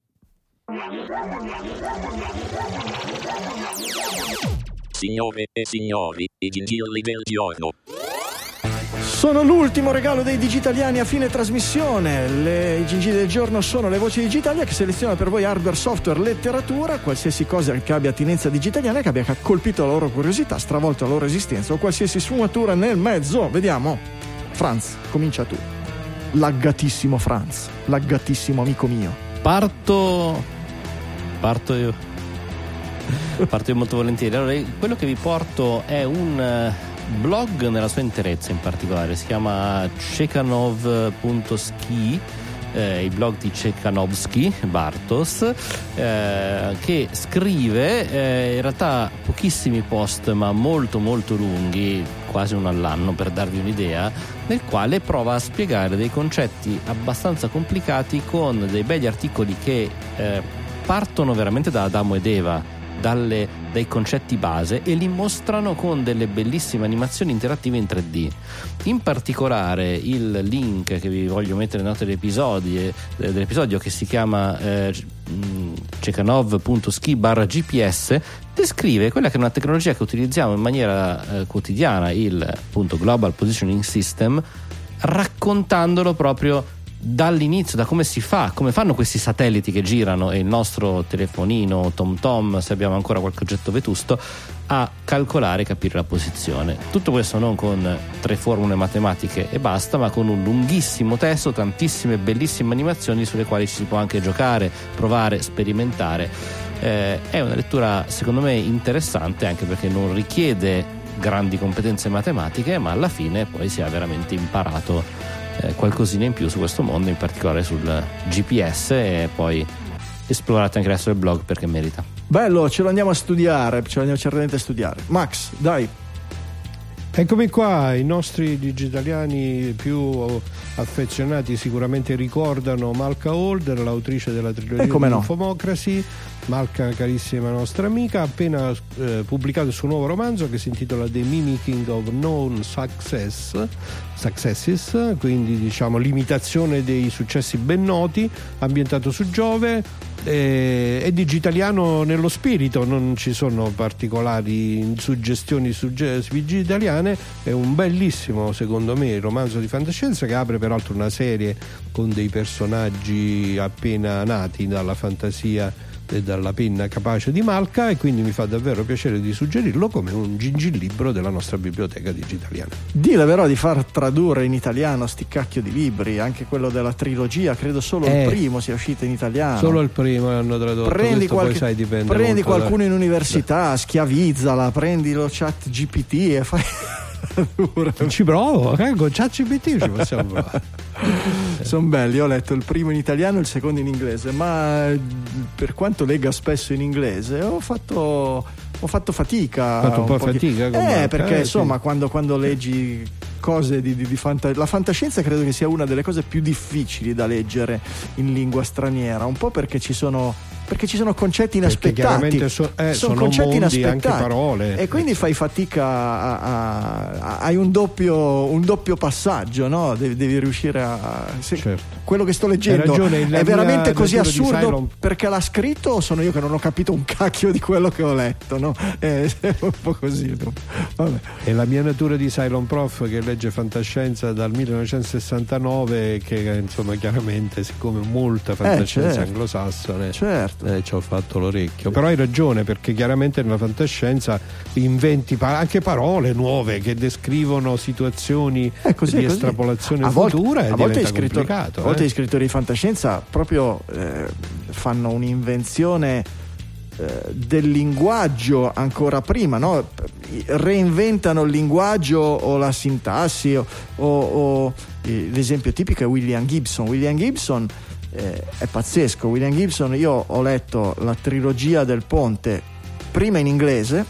Signore e signori, i gingilli del giorno. Sono l'ultimo regalo dei digitaliani a fine trasmissione. I gingilli del giorno sono le voci digitali che selezionano per voi hardware, software, letteratura, qualsiasi cosa che abbia attinenza digitaliana, che abbia colpito la loro curiosità, stravolto la loro esistenza o qualsiasi sfumatura nel mezzo. Vediamo. Franz, comincia tu. Laggatissimo Franz, laggatissimo amico mio. Parto io molto volentieri. Allora, quello che vi porto è un blog nella sua interezza, in particolare si chiama Cekhanov.ski, il blog di Cekhanovsky Bartosz, che scrive in realtà pochissimi post ma molto molto lunghi, quasi uno all'anno, per darvi un'idea, nel quale prova a spiegare dei concetti abbastanza complicati con dei begli articoli che partono veramente da Adamo ed Eva, dai concetti base, e li mostrano con delle bellissime animazioni interattive in 3D. In particolare il link che vi voglio mettere nelle note dell'episodio, che si chiama Cekhanov.ski/GPS, descrive quella che è una tecnologia che utilizziamo in maniera quotidiana, il appunto Global Positioning System, raccontandolo proprio dall'inizio, da come si fa, come fanno questi satelliti che girano e il nostro telefonino TomTom, se abbiamo ancora qualche oggetto vetusto, a calcolare e capire la posizione. Tutto questo non con 3 formule matematiche e basta, ma con un lunghissimo testo, tantissime bellissime animazioni sulle quali ci si può anche giocare, provare, sperimentare. È una lettura secondo me interessante, anche perché non richiede grandi competenze matematiche, ma alla fine poi si ha veramente imparato qualcosina in più su questo mondo, in particolare sul GPS, e poi esplorate anche il resto del blog perché merita. Bello, ce lo andiamo a studiare, ce lo andiamo certamente a studiare. Max, dai. Eccomi qua, i nostri digitaliani più affezionati sicuramente ricordano Malka Holder, l'autrice della trilogia di Infomocracy. Malka, carissima nostra amica, ha appena pubblicato il suo nuovo romanzo che si intitola The Mimicking of Known Successes, quindi diciamo l'imitazione dei successi ben noti, ambientato su Giove. È digitaliano nello spirito, non ci sono particolari suggestioni digitaliane. È un bellissimo, secondo me, romanzo di fantascienza che apre peraltro una serie con dei personaggi appena nati dalla fantasia e dalla penna capace di Malka, e quindi mi fa davvero piacere di suggerirlo come un gingillibro della nostra biblioteca digitaliana. Dile però di far tradurre in italiano sti cacchio di libri, anche quello della trilogia, credo solo il primo sia uscito in italiano. Solo il primo hanno tradotto. Prendi qualcuno in università, schiavizzala, prendi lo chat GPT e fai ci provo, con ChatGPT ci possiamo provare. Sono belli, ho letto il primo in italiano e il secondo in inglese, ma per quanto legga spesso in inglese ho fatto fatica. Ho fatto un po' fatica perché insomma sì. quando leggi cose di la fantascienza credo che sia una delle cose più difficili da leggere in lingua straniera, un po' perché ci sono perché ci sono concetti inaspettati, chiaramente sono concetti mondi, inaspettati, anche parole, e quindi fai fatica hai un doppio passaggio, no? Devi riuscire certo. Quello che sto leggendo è veramente così assurdo perché l'ha scritto, o sono io che non ho capito un cacchio di quello che ho letto, no? È un po' così. Vabbè. È la mia natura di Cylon Prof che legge fantascienza dal 1969, che insomma chiaramente, siccome molta fantascienza anglosassone, certo. Ci ho fatto l'orecchio. Però hai ragione, perché chiaramente nella fantascienza inventi anche parole nuove che descrivono situazioni di estrapolazione futura, e diventa complicato. A volte gli scrittori di fantascienza proprio fanno un'invenzione del linguaggio ancora prima, no? Reinventano il linguaggio o la sintassi o l'esempio tipico è William Gibson. È pazzesco. William Gibson, io ho letto la trilogia del Ponte prima in inglese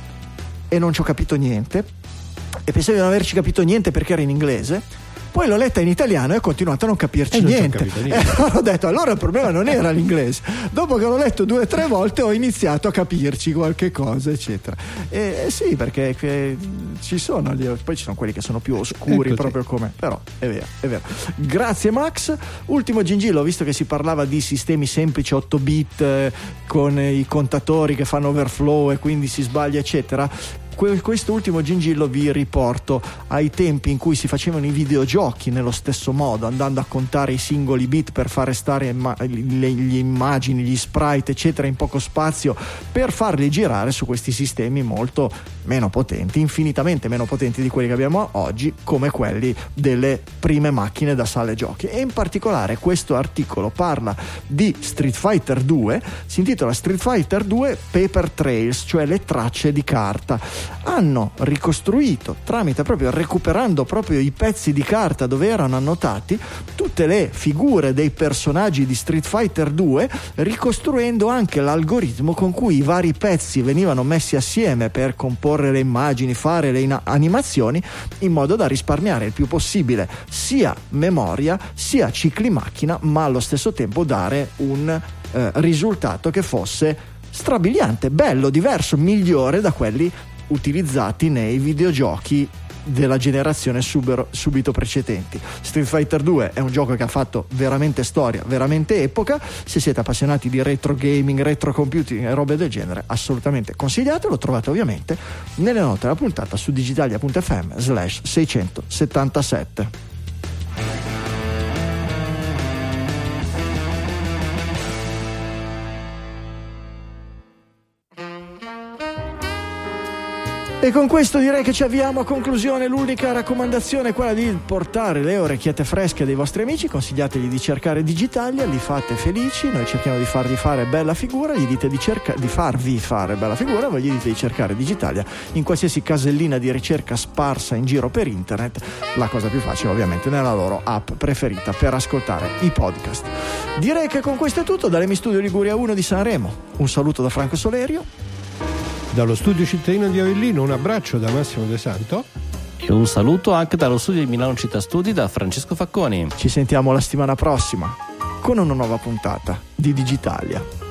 e non ci ho capito niente, e pensavo di non averci capito niente perché era in inglese. Poi l'ho letta in italiano e ho continuato a non capirci niente. Ho detto, allora il problema non era l'inglese. Dopo che l'ho letto 2 o 3 volte ho iniziato a capirci qualche cosa, eccetera. Sì, perché ci sono, poi ci sono quelli che sono più oscuri, proprio come. Però è vero. Grazie Max. Ultimo gingillo, visto che si parlava di sistemi semplici 8 bit con i contatori che fanno overflow e quindi si sbaglia, eccetera. Questo ultimo gingillo vi riporto ai tempi in cui si facevano i videogiochi nello stesso modo, andando a contare i singoli bit per fare stare le immagini, gli sprite eccetera in poco spazio, per farli girare su questi sistemi molto meno potenti, infinitamente meno potenti di quelli che abbiamo oggi, come quelli delle prime macchine da sale giochi. E in particolare questo articolo parla di Street Fighter 2, si intitola Street Fighter 2 Paper Trails, cioè le tracce di carta. Hanno ricostruito recuperando proprio i pezzi di carta dove erano annotati tutte le figure dei personaggi di Street Fighter 2, ricostruendo anche l'algoritmo con cui i vari pezzi venivano messi assieme per comporre le immagini, fare le animazioni, in modo da risparmiare il più possibile sia memoria sia cicli macchina, ma allo stesso tempo dare un risultato che fosse strabiliante, bello, diverso, migliore da quelli utilizzati nei videogiochi della generazione subito precedenti. Street Fighter 2 è un gioco che ha fatto veramente storia, veramente epoca. Se siete appassionati di retro gaming, retro computing e robe del genere, assolutamente consigliate. Lo trovate ovviamente nelle note della puntata su digitalia.fm/677. E con questo direi che ci avviamo a conclusione. L'unica raccomandazione è quella di portare le orecchiette fresche dei vostri amici, consigliategli di cercare Digitalia, li fate felici, noi cerchiamo di farvi fare bella figura, gli dite di farvi fare bella figura, voi gli dite di cercare Digitalia in qualsiasi casellina di ricerca sparsa in giro per internet, la cosa più facile ovviamente nella loro app preferita per ascoltare i podcast. Direi che con questo è tutto dall'Emi Studio Liguria 1 di Sanremo. Un saluto da Franco Solerio. Dallo studio cittadino di Avellino un abbraccio da Massimo De Santo e un saluto anche dallo studio di Milano Città Studi da Francesco Facconi. Ci sentiamo la settimana prossima con una nuova puntata di Digitalia.